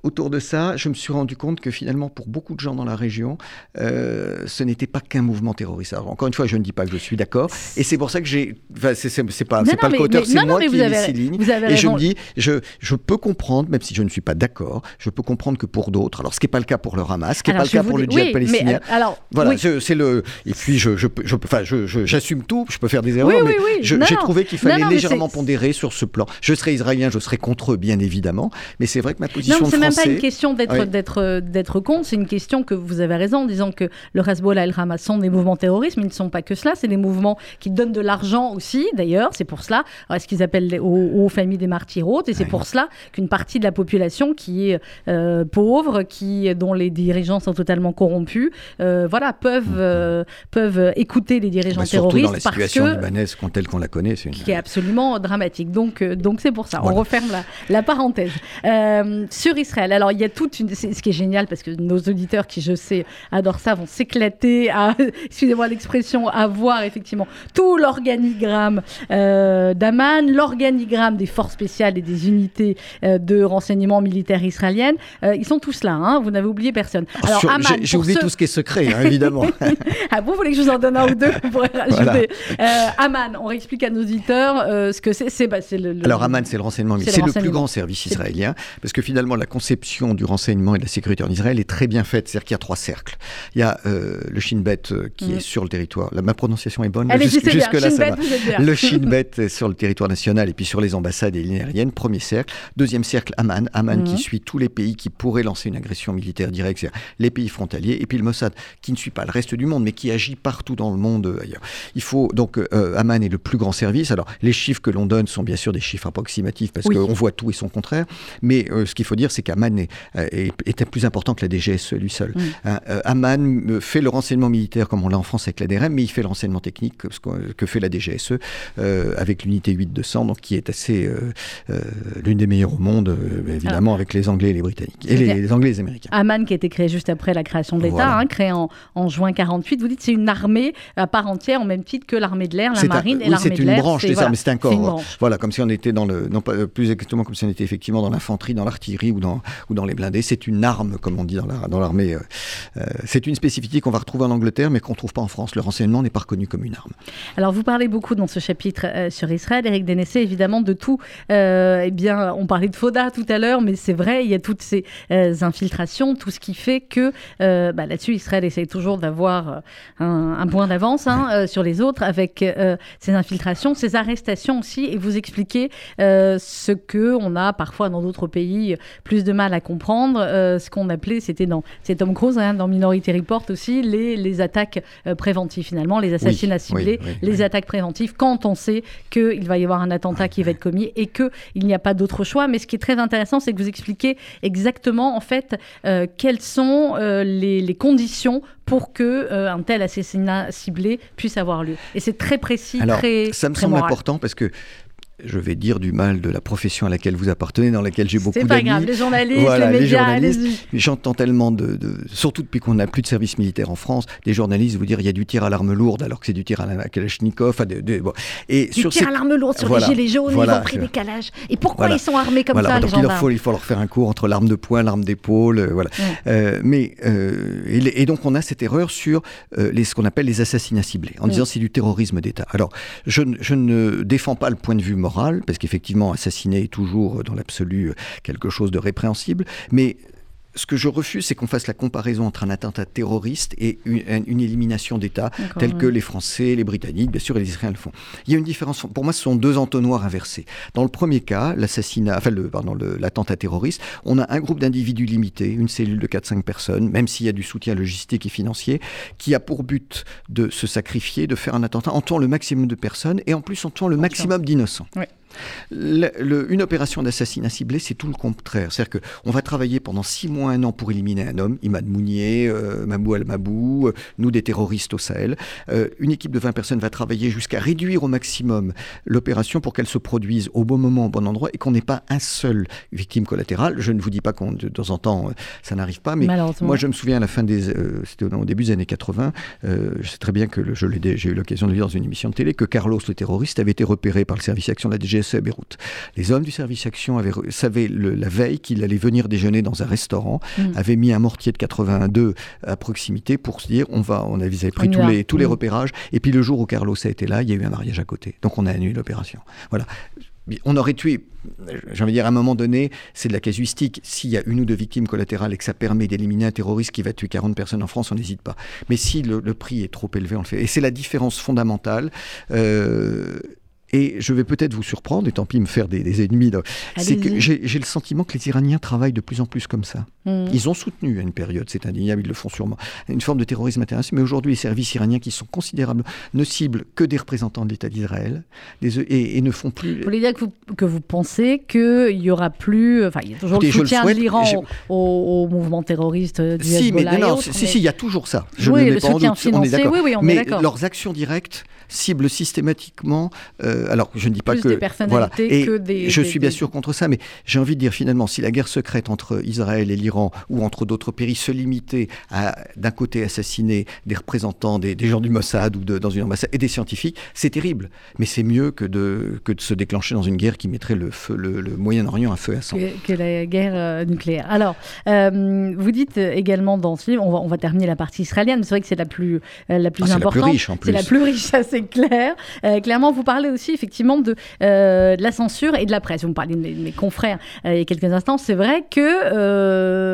autour de ça, je me suis rendu compte que finalement, pour beaucoup de gens dans la région, ce n'était pas qu'un mouvement terroriste. Alors, encore une fois, je ne dis pas que je suis d'accord, et c'est pour ça que j'ai... Enfin, c'est pas le co-auteur, c'est moi qui ai mis ces lignes, et je me dis, je peux comprendre, même si je ne suis pas d'accord, je peux comprendre que pour d'autres, alors ce qui n'est pas le cas pour le Hamas, ce qui n'est pas le cas pour le djihad palestinien, voilà, c'est le... Et puis, j'assume tout, je peux faire des erreurs, mais j'ai trouvé qu'il fallait légèrement pondérer sur ce plan. Je serais israélien, je serais contre eux, bien évidemment, mais c'est vrai que ma position de français...
Non, c'est même pas une question d'être contre, c'est une question que vous avez raison en disant que le Hezbollah et le Hamas sont des mouvements terroristes, mais ils ne sont pas que cela, c'est des mouvements qui donnent de l'argent aussi, d'ailleurs, c'est pour cela, ce qu'ils appellent aux familles des martyrs hôtes, et c'est pour cela qu'une partie de la population qui est pauvre, dont les dirigeants sont totalement corrompus, peuvent écouter les dirigeants terroristes,
dans la situation libanaise telle qu'on la connaît,
qui est absolument dramatique. Donc c'est pour ça. Voilà. On referme la parenthèse. Sur Israël, alors il y a ce qui est génial, parce que nos auditeurs qui, je sais, adorent ça, vont s'éclater excusez-moi l'expression, à voir effectivement tout l'organigramme d'Amman, l'organigramme des forces spéciales et des unités de renseignement militaire israéliennes. Ils sont tous là, hein, vous n'avez oublié personne. Alors, Amman,
j'ai oublié tout ce qui est secret, hein, évidemment.
Vous voulez que je vous en donne un ou deux, vous pourrez rajouter. Voilà. Amman, on réexplique à nos auditeurs ce que c'est.
Alors Amman, c'est le renseignement militaire. C'est le plus grand service israélien, parce que finalement la conception du renseignement et de la sécurité en Israël est très bien faite. C'est-à-dire qu'il y a 3 cercles. Il y a le Shin Bet qui est sur le territoire. Ma prononciation est bonne. Jusque-là, ça va. Le Shin Bet est sur le territoire national et puis sur les ambassades et les lignes aériennes. Premier cercle. Deuxième cercle, Amman. Amman qui suit tous les pays qui pourraient lancer une agression militaire directe, c'est-à-dire les pays frontaliers. Et puis le Mossad qui ne suit pas le reste du monde, mais qui agit partout dans le monde ailleurs. Il faut donc Amman est le plus grand service. Alors les chiffres que l'on donne sont bien sûr des chiffres approximatifs parce qu'on voit tout et son contraire. Mais ce qu'il faut dire, c'est qu'Amman est plus important que la DGSE lui seul. Amman fait le renseignement militaire comme on l'a en France avec la DRM, mais il fait le renseignement technique que fait la DGSE avec l'unité 8200, donc qui est assez l'une des meilleures au monde, évidemment, avec les Anglais et les Britanniques. Et les Anglais et les Américains.
Amman qui a été créé juste après la création de l'État, créé en juin 48. Vous dites c'est une armée à part entière, au même titre que l'armée de l'air, la marine et l'armée de l'air.
C'est une branche, c'est ça, mais c'est un corps. Voilà, comme si on était non pas plus exactement comme si on était effectivement dans l'infanterie, dans l'artillerie ou dans les blindés. C'est une arme, comme on dit dans l'armée. C'est une spécificité qu'on va retrouver en Angleterre, mais qu'on ne trouve pas en France. Le renseignement n'est pas reconnu comme une arme.
Alors, vous parlez beaucoup dans ce chapitre sur Israël, Éric Dénessé, évidemment, de tout. On parlait de Foda tout à l'heure, mais c'est vrai, il y a toutes ces infiltrations, tout ce qui fait que là-dessus, Israël essaye toujours d'avoir un point d'avance sur les autres avec ces infiltrations, ces arrestations aussi, et vous expliquez ce qu'on a parfois dans d'autres pays plus de mal à comprendre, ce qu'on appelait, c'est Tom Cruise, dans Minority Report aussi, les attaques préventives finalement, les assassinats ciblés, les attaques préventives, quand on sait qu'il va y avoir un attentat qui va être commis et qu'il n'y a pas d'autre choix. Mais ce qui est très intéressant, c'est que vous expliquez exactement en fait quelles sont les conditions pour qu'un tel assassinat ciblé puisse avoir lieu. Et c'est très précis,
ça me semble important parce que je vais dire du mal de la profession à laquelle vous appartenez, dans laquelle j'ai beaucoup d'amis.
C'est pas grave, les journalistes, les médias, allez-y.
J'entends tellement surtout depuis qu'on n'a plus de service militaire en France, des journalistes vous dire il y a du tir à l'arme lourde alors que c'est du tir à la Kalachnikov.
Et du tir à l'arme lourde sur les gilets jaunes, ils ont pris des calages. Et pourquoi ils sont armés comme ça, les gendarmes ?
Il faut leur faire un cours entre l'arme de poing, l'arme d'épaule, et donc on a cette erreur sur ce qu'on appelle les assassinats ciblés, en disant c'est du terrorisme d'État. Alors, je ne défends pas le point de vue moral, parce qu'effectivement, assassiner est toujours, dans l'absolu, quelque chose de répréhensible, mais ce que je refuse, c'est qu'on fasse la comparaison entre un attentat terroriste et une élimination d'État, telle que les Français, les Britanniques, bien sûr, et les Israéliens le font. Il y a une différence. Pour moi, ce sont 2 entonnoirs inversés. Dans le premier cas, l'attentat terroriste, on a un groupe d'individus limité, une cellule de 4-5 personnes, même s'il y a du soutien logistique et financier, qui a pour but de se sacrifier, de faire un attentat en tuant le maximum de personnes et en plus en tuant le maximum d'innocents. Oui. Une opération d'assassinat ciblé, c'est tout le contraire. C'est-à-dire qu'on va travailler pendant 6 mois, 1 an pour éliminer un homme, Imad Mounier, Mabou Al-Mabou, nous des terroristes au Sahel. Une équipe de 20 personnes va travailler jusqu'à réduire au maximum l'opération pour qu'elle se produise au bon moment, au bon endroit et qu'on n'ait pas un seul victime collatérale. Je ne vous dis pas que de temps en temps ça n'arrive pas, mais moi je me souviens à la fin c'était au début des années 80, je sais très bien que j'ai eu l'occasion de le dire dans une émission de télé, que Carlos le terroriste avait été repéré par le service action de la DGSE à Beyrouth. Les hommes du service action savaient la veille qu'il allait venir déjeuner dans un restaurant, avaient mis un mortier de 82 à proximité pour se dire, ils avaient pris tous les repérages, et puis le jour où Carlos a été là, il y a eu un mariage à côté. Donc on a annulé l'opération. Voilà. On aurait tué, j'ai envie de dire, à un moment donné, c'est de la casuistique. S'il y a une ou deux victimes collatérales et que ça permet d'éliminer un terroriste qui va tuer 40 personnes en France, on n'hésite pas. Mais si le prix est trop élevé, on le fait. Et c'est la différence fondamentale. Et je vais peut-être vous surprendre, et tant pis me faire des ennemis. C'est que j'ai le sentiment que les Iraniens travaillent de plus en plus comme ça. Ils ont soutenu à une période, c'est indéniable, ils le font sûrement, une forme de terrorisme international. Mais aujourd'hui, les services iraniens qui sont considérables ne ciblent que des représentants de l'État d'Israël et ne font plus...
Vous voulez dire que vous pensez qu'il n'y aura plus... Enfin, il y a toujours le soutien de l'Iran au mouvement terroriste du Hezbollah.
Si, il y a toujours ça.
Je ne le mets pas en doute, on est d'accord.
Mais leurs actions directes ciblent systématiquement... alors, je ne dis pas
plus
que...
des personnalités
et
que des...
Je suis bien sûr contre ça, mais j'ai envie de dire finalement, si la guerre secrète entre Israël et l'Iran, ou entre d'autres pays, se limitait à, d'un côté, assassiner des représentants, des gens du Mossad ou dans une ambassade, et des scientifiques, c'est terrible. Mais c'est mieux que de se déclencher dans une guerre qui mettrait le Moyen-Orient à feu et à sang.
Que la guerre nucléaire. Alors, vous dites également dans ce livre, on va terminer la partie israélienne, mais c'est vrai que c'est la plus importante.
C'est la plus riche en plus.
C'est la plus riche, ça c'est clair. Clairement, vous parlez aussi effectivement de la censure et de la presse. Vous me parlez de mes confrères il y a quelques instants. C'est vrai que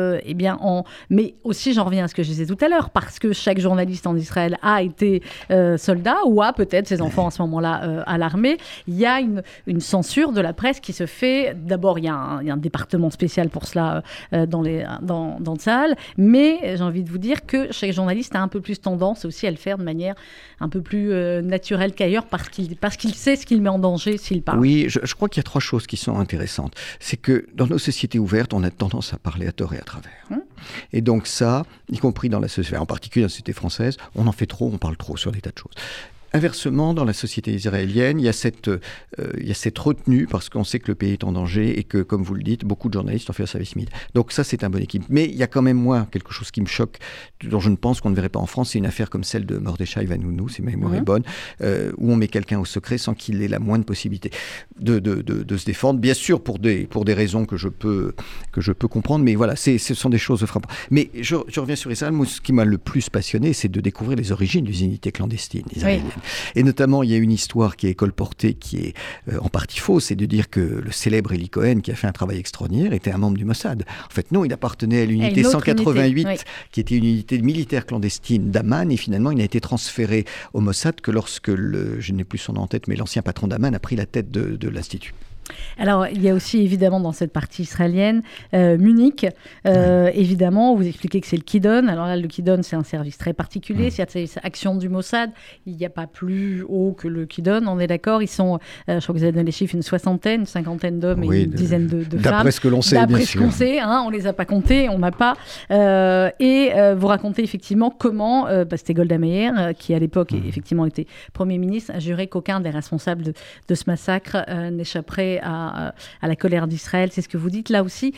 mais aussi, j'en reviens à ce que je disais tout à l'heure, parce que chaque journaliste en Israël a été soldat ou a peut-être ses enfants à ce moment-là à l'armée. Il y a une censure de la presse qui se fait. D'abord, il y a un département spécial pour cela dans le Tsahal, mais j'ai envie de vous dire que chaque journaliste a un peu plus tendance aussi à le faire de manière un peu plus naturelle qu'ailleurs, parce qu'il sait ce qu'il met en danger s'il parle.
Oui, je crois qu'il y a 3 choses qui sont intéressantes. C'est que dans nos sociétés ouvertes, on a tendance à parler à tort et à travers. Et donc ça, y compris dans la société, en particulier dans la société française, on en fait trop, on parle trop sur des tas de choses. Inversement, dans la société israélienne, il y a cette retenue parce qu'on sait que le pays est en danger et que, comme vous le dites, beaucoup de journalistes ont fait un service militaire. Donc ça, c'est un bon équilibre. Mais il y a quand même, moi, quelque chose qui me choque, dont je ne pense qu'on ne verrait pas en France, c'est une affaire comme celle de Mordechai Vanunu, si ma mémoire est bonne, où on met quelqu'un au secret sans qu'il ait la moindre possibilité de se défendre. Bien sûr, pour des raisons que je peux comprendre, mais voilà, ce sont des choses frappantes. Mais je reviens sur Israël. Moi, ce qui m'a le plus passionné, c'est de découvrir les origines des unités clandestines israéliennes. Oui. Et notamment, il y a une histoire qui est colportée, qui est en partie fausse, c'est de dire que le célèbre Eli Cohen, qui a fait un travail extraordinaire, était un membre du Mossad. En fait, non, il appartenait à l'unité 188, oui, qui était une unité militaire clandestine d'Amman, et finalement, il a été transféré au Mossad que lorsque, je n'ai plus son nom en tête, mais l'ancien patron d'Amman a pris la tête de l'Institut.
Alors, il y a aussi évidemment dans cette partie israélienne Munich. Évidemment, vous expliquez que c'est le Kidon. Alors là, le Kidon, c'est un service très particulier. C'est une action du Mossad. Il n'y a pas plus haut que le Kidon, on est d'accord. Ils sont, je crois que vous avez donné les chiffres, une cinquantaine d'hommes et une dizaine de femmes.
D'après ce que l'on sait, bien sûr.
D'après ce qu'on sait, on ne les a pas comptés, on n'a pas. Vous racontez effectivement comment, c'était Golda Meir, qui à l'époque effectivement était Premier ministre, a juré qu'aucun des responsables de ce massacre n'échapperait à la colère d'Israël. C'est ce que vous dites là aussi.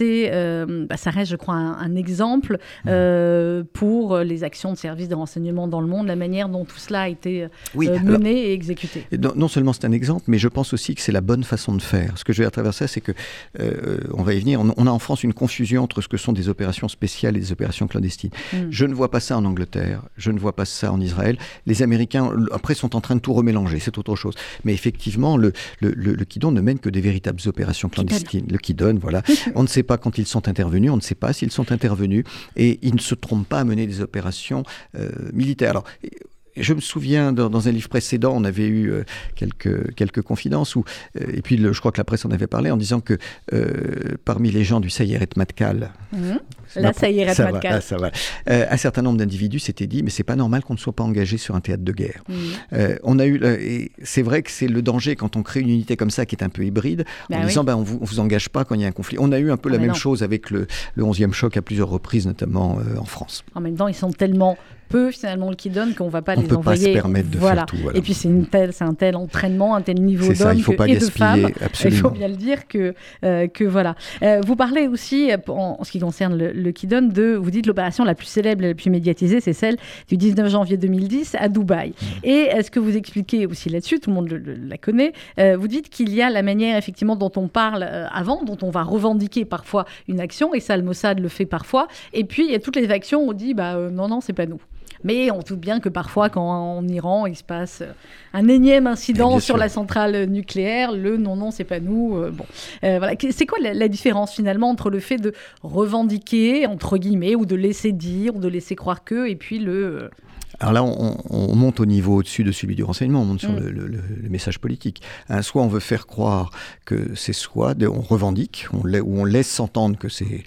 Ça reste, je crois, un exemple pour les actions de services de renseignement dans le monde, la manière dont tout cela a été mené et exécuté.
Non seulement c'est un exemple, mais je pense aussi que c'est la bonne façon de faire. Ce que je veux dire à travers ça, c'est que, on va y venir, on a en France une confusion entre ce que sont des opérations spéciales et des opérations clandestines. Je ne vois pas ça en Angleterre, je ne vois pas ça en Israël. Les Américains, après, sont en train de tout remélanger, c'est autre chose. Mais effectivement, le Kidon ne mène que des véritables opérations clandestines. Le Kidon, voilà. On ne sait pas quand ils sont intervenus, on ne sait pas s'ils sont intervenus, et ils ne se trompent pas à mener des opérations militaires. Alors, je me souviens, dans un livre précédent, on avait eu quelques confidences, et puis je crois que la presse en avait parlé, en disant que parmi les gens du Sayeret Matkal,
la Sayeret Matkal,
un certain nombre d'individus s'étaient dit, mais c'est pas normal qu'on ne soit pas engagé sur un théâtre de guerre. On a eu, et c'est vrai que c'est le danger quand on crée une unité comme ça qui est un peu hybride, en disant, on vous engage pas quand il y a un conflit. On a eu un peu la même chose avec le 11e choc à plusieurs reprises, notamment en France.
En même temps, ils sont tellement peu finalement le Kidon qu'on ne va pas
on
les
peut
envoyer.
Pas se permettre de faire tout. Voilà.
Et puis c'est un tel entraînement, un tel niveau d'hommes et de femmes.
Absolument.
Il faut bien le dire que voilà. Vous parlez aussi, en ce qui concerne le Kidon, vous dites l'opération la plus célèbre, la plus médiatisée, c'est celle du 19 janvier 2010 à Dubaï. Et ce que vous expliquez aussi là-dessus, tout le monde la connaît, vous dites qu'il y a la manière effectivement dont on parle avant, dont on va revendiquer parfois une action, et ça le Mossad le fait parfois, et puis il y a toutes les actions où on dit non, c'est pas nous. Mais on doute bien que parfois, quand en Iran, il se passe un énième incident sur la centrale nucléaire, non, c'est pas nous. Voilà. C'est quoi la différence finalement entre le fait de revendiquer, entre guillemets, ou de laisser dire, ou de laisser croire que, et puis
Alors là, on monte au niveau au-dessus de celui du renseignement, on monte sur le message politique. Soit on veut faire croire que c'est on revendique, ou on laisse s'entendre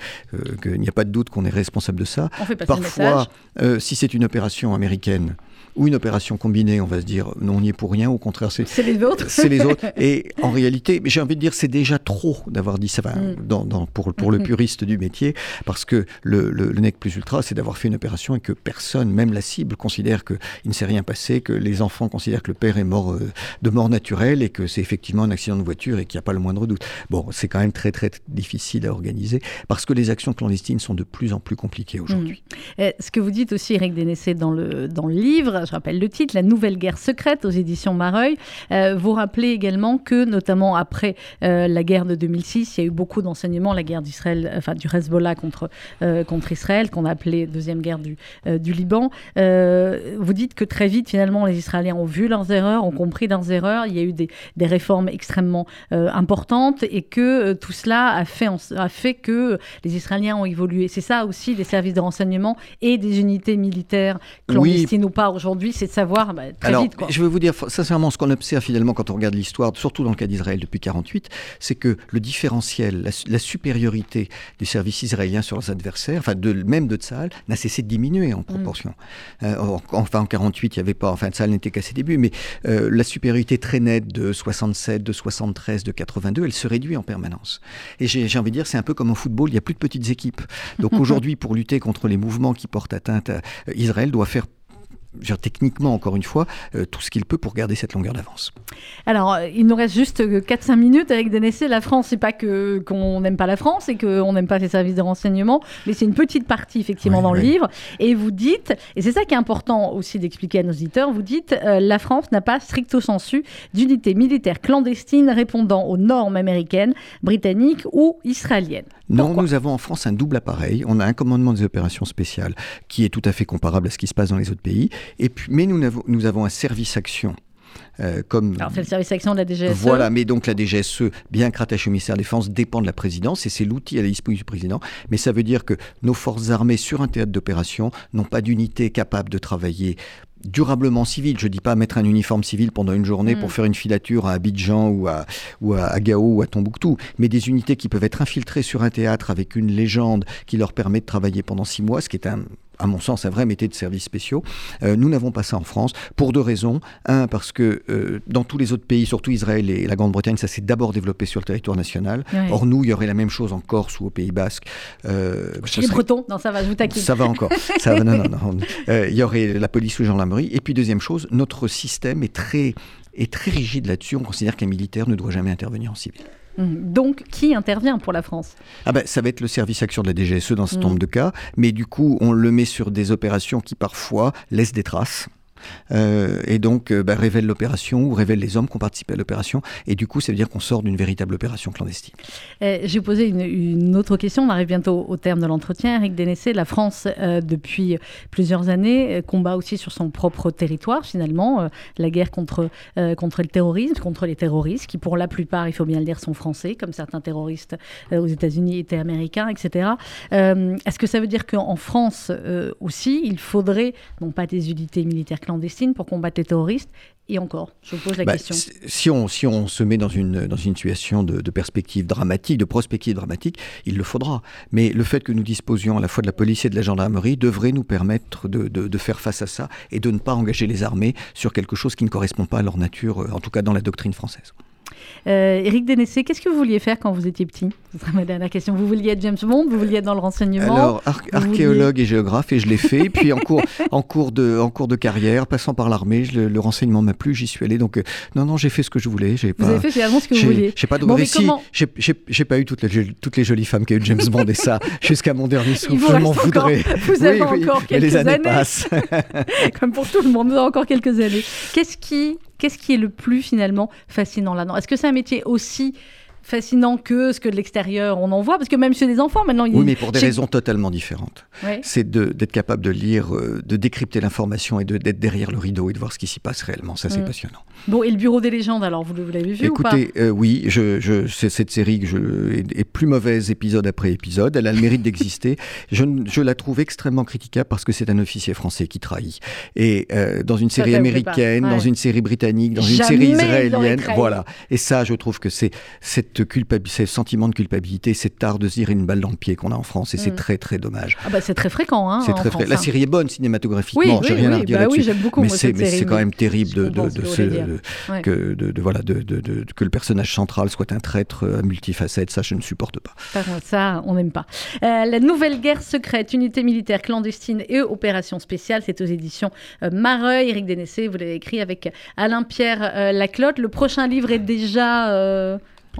qu'il n'y a pas de doute qu'on est responsable de ça.
On fait passer
Parfois, si c'est une opération américaine ou une opération combinée, on va se dire non, on n'y est pour rien, au contraire, c'est
les autres.
C'est les autres. Et en réalité, j'ai envie de dire, c'est déjà trop d'avoir dit ça pour le puriste du métier, parce que le nec plus ultra, c'est d'avoir fait une opération et que personne, même la cible, considère qu'il ne s'est rien passé, que les enfants considèrent que le père est mort de mort naturelle et que c'est effectivement un accident de voiture et qu'il n'y a pas le moindre doute. Bon, c'est quand même très très difficile à organiser parce que les actions clandestines sont de plus en plus compliquées aujourd'hui.
Ce que vous dites aussi, Eric Dénessé, dans le livre, je rappelle le titre, La nouvelle guerre secrète aux éditions Mareuil, vous rappelez également que, notamment après la guerre de 2006, il y a eu beaucoup d'enseignements, la guerre d'Israël, enfin du Hezbollah contre Israël, qu'on a appelé deuxième guerre du Liban. Vous dites que très vite, finalement, les Israéliens ont vu leurs erreurs, ont compris leurs erreurs, il y a eu des réformes extrêmement importantes et que tout cela a fait que les Israéliens ont évolué. C'est ça aussi, les services de renseignement et des unités militaires clandestines ou pas aujourd'hui, c'est de savoir très vite.
Je vais vous dire sincèrement, ce qu'on observe finalement quand on regarde l'histoire, surtout dans le cas d'Israël depuis 1948, c'est que le différentiel, la supériorité du service israélien sur leurs adversaires, même de Tsahal, n'a cessé de diminuer en proportion. En 1948, il n'y avait pas, Tsahal n'était qu'à ses débuts, mais la supériorité très nette de 67, de 73, de 82, elle se réduit en permanence. Et j'ai envie de dire, c'est un peu comme en football, il n'y a plus de petites équipes. Donc aujourd'hui, pour lutter contre les mouvements qui portent atteinte à Israël, doit faire techniquement, encore une fois, tout ce qu'il peut pour garder cette longueur d'avance.
Alors, il nous reste juste 4-5 minutes avec Dénessé. La France, c'est pas qu'on n'aime pas la France et qu'on n'aime pas ses services de renseignement, mais c'est une petite partie, effectivement, dans le livre. Et vous dites, et c'est ça qui est important aussi d'expliquer à nos auditeurs, vous dites, la France n'a pas stricto sensu d'unité militaire clandestine répondant aux normes américaines, britanniques ou israéliennes.
Non, nous avons en France un double appareil. On a un commandement des opérations spéciales qui est tout à fait comparable à ce qui se passe dans les autres pays. Mais nous avons un service action.
Alors c'est le service action de la DGSE.
Voilà, mais donc la DGSE, bien que rattachée au ministère de la Défense, dépend de la présidence et c'est l'outil à la disposition du président. Mais ça veut dire que nos forces armées sur un théâtre d'opération n'ont pas d'unité capable de travailler durablement civil. Je ne dis pas mettre un uniforme civil pendant une journée pour faire une filature à Abidjan ou à Gao ou à Tombouctou, mais des unités qui peuvent être infiltrées sur un théâtre avec une légende qui leur permet de travailler pendant 6 mois, ce qui est à mon sens, un vrai métier de services spéciaux. Nous n'avons pas ça en France, pour 2 raisons. Un, parce que dans tous les autres pays, surtout Israël et la Grande-Bretagne, ça s'est d'abord développé sur le territoire national. Oui. Or, nous, il y aurait la même chose en Corse ou au Pays Basque.
Chez les Bretons, non, ça va, je vous taquine.
Ça va encore. Non. Il y aurait la police ou la gendarmerie. Et puis, deuxième chose, notre système est très rigide là-dessus. On considère qu'un militaire ne doit jamais intervenir en civil.
Donc, qui intervient pour la France ?
Ça va être le service action de la DGSE dans ce nombre de cas, mais du coup, on le met sur des opérations qui parfois laissent des traces. Et donc révèle l'opération ou révèle les hommes qui ont participé à l'opération et du coup ça veut dire qu'on sort d'une véritable opération clandestine.
J'ai posé une autre question, on arrive bientôt au terme de l'entretien. Eric Dénessé, la France depuis plusieurs années combat aussi sur son propre territoire finalement, la guerre contre le terrorisme, contre les terroristes qui pour la plupart, il faut bien le dire, sont français comme certains terroristes aux États-Unis étaient américains, etc. Est-ce que ça veut dire qu'en France aussi il faudrait non pas des unités militaires clandestines pour combattre les terroristes et encore, je vous pose la question.
Si on se met dans une situation de perspective dramatique, de prospective dramatique, il le faudra. Mais le fait que nous disposions à la fois de la police et de la gendarmerie devrait nous permettre de faire face à ça et de ne pas engager les armées sur quelque chose qui ne correspond pas à leur nature, en tout cas dans la doctrine française.
Éric Dénessé, qu'est-ce que vous vouliez faire quand vous étiez petit? Ce sera ma dernière question. Vous vouliez être James Bond? Vous vouliez être dans le renseignement?
Alors, archéologue et géographe, et je l'ai fait. Et puis, en cours de carrière, passant par l'armée, le renseignement m'a plu, j'y suis allé. Donc, non, j'ai fait ce que je voulais.
Vous avez fait finalement ce que vous vouliez.
J'ai pas de récit. J'ai pas eu toutes les jolies femmes qu'a eu James Bond, et ça, jusqu'à mon dernier souffle, je m'en voudrais.
Vous avez encore quelques
années.
années.
Passent.
Comme pour tout le monde, vous avez encore quelques années. Qu'est-ce qui est le plus finalement fascinant là-dedans? Est-ce que c'est un métier aussi fascinant que ce que de l'extérieur on en voit? Parce que même chez les enfants maintenant...
Oui, mais pour des raisons totalement différentes.
Ouais.
C'est d'être capable de lire, de décrypter l'information et d'être derrière le rideau et de voir ce qui s'y passe réellement. Ça, c'est passionnant.
Bon, et le Bureau des légendes, alors, vous l'avez vu?
Écoutez,
ou pas?
oui, c'est cette série est plus mauvaise épisode après épisode. Elle a le mérite d'exister. Je la trouve extrêmement critiquable parce que c'est un officier français qui trahit. Et dans une série américaine, dans une série britannique, dans une série israélienne, voilà. Et ça, je trouve que c'est ce sentiment de culpabilité, cet art de se tirer une balle dans le pied qu'on a en France, et c'est très très dommage.
Ah bah c'est très fréquent, hein.
C'est très fréquent. La série est bonne cinématographiquement, j'ai rien à redire là-dessus.
Oui, j'aime beaucoup,
mais c'est quand même terrible que le personnage central soit un traître à multifacettes. Ça, je ne supporte pas.
Ça, on n'aime pas. La nouvelle guerre secrète, unité militaire clandestine et opération spéciale, c'est aux éditions Mareuil. Éric Dénessé, vous l'avez écrit avec Alain-Pierre Laclotte. Le prochain livre est déjà...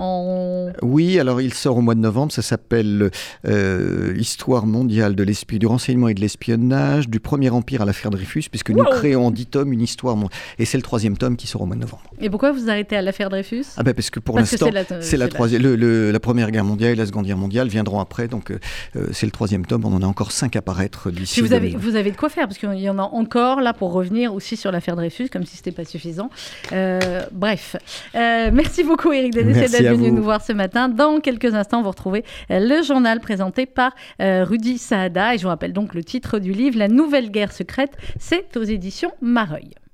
Oui, alors il sort au mois de novembre, ça s'appelle Histoire mondiale du renseignement et de l'espionnage, du Premier Empire à l'affaire Dreyfus, puisque nous créons en 10 tomes une histoire, et c'est le 3e tome qui sort au mois de novembre.
Et pourquoi vous arrêtez à l'affaire Dreyfus?
Parce que pour l'instant, c'est la Première Guerre mondiale et la Seconde Guerre mondiale viendront après, donc c'est le 3e tome, on en a encore 5 à paraître d'ici.
Vous avez de quoi faire, parce qu'il y en a encore là pour revenir aussi sur l'affaire Dreyfus, comme si c'était pas suffisant. Bref, merci beaucoup Éric Dénessé d'être venu nous voir ce matin. Dans quelques instants, vous retrouvez le journal présenté par Rudy Saada. Et je vous rappelle donc le titre du livre, La nouvelle guerre secrète. C'est aux éditions Mareuil.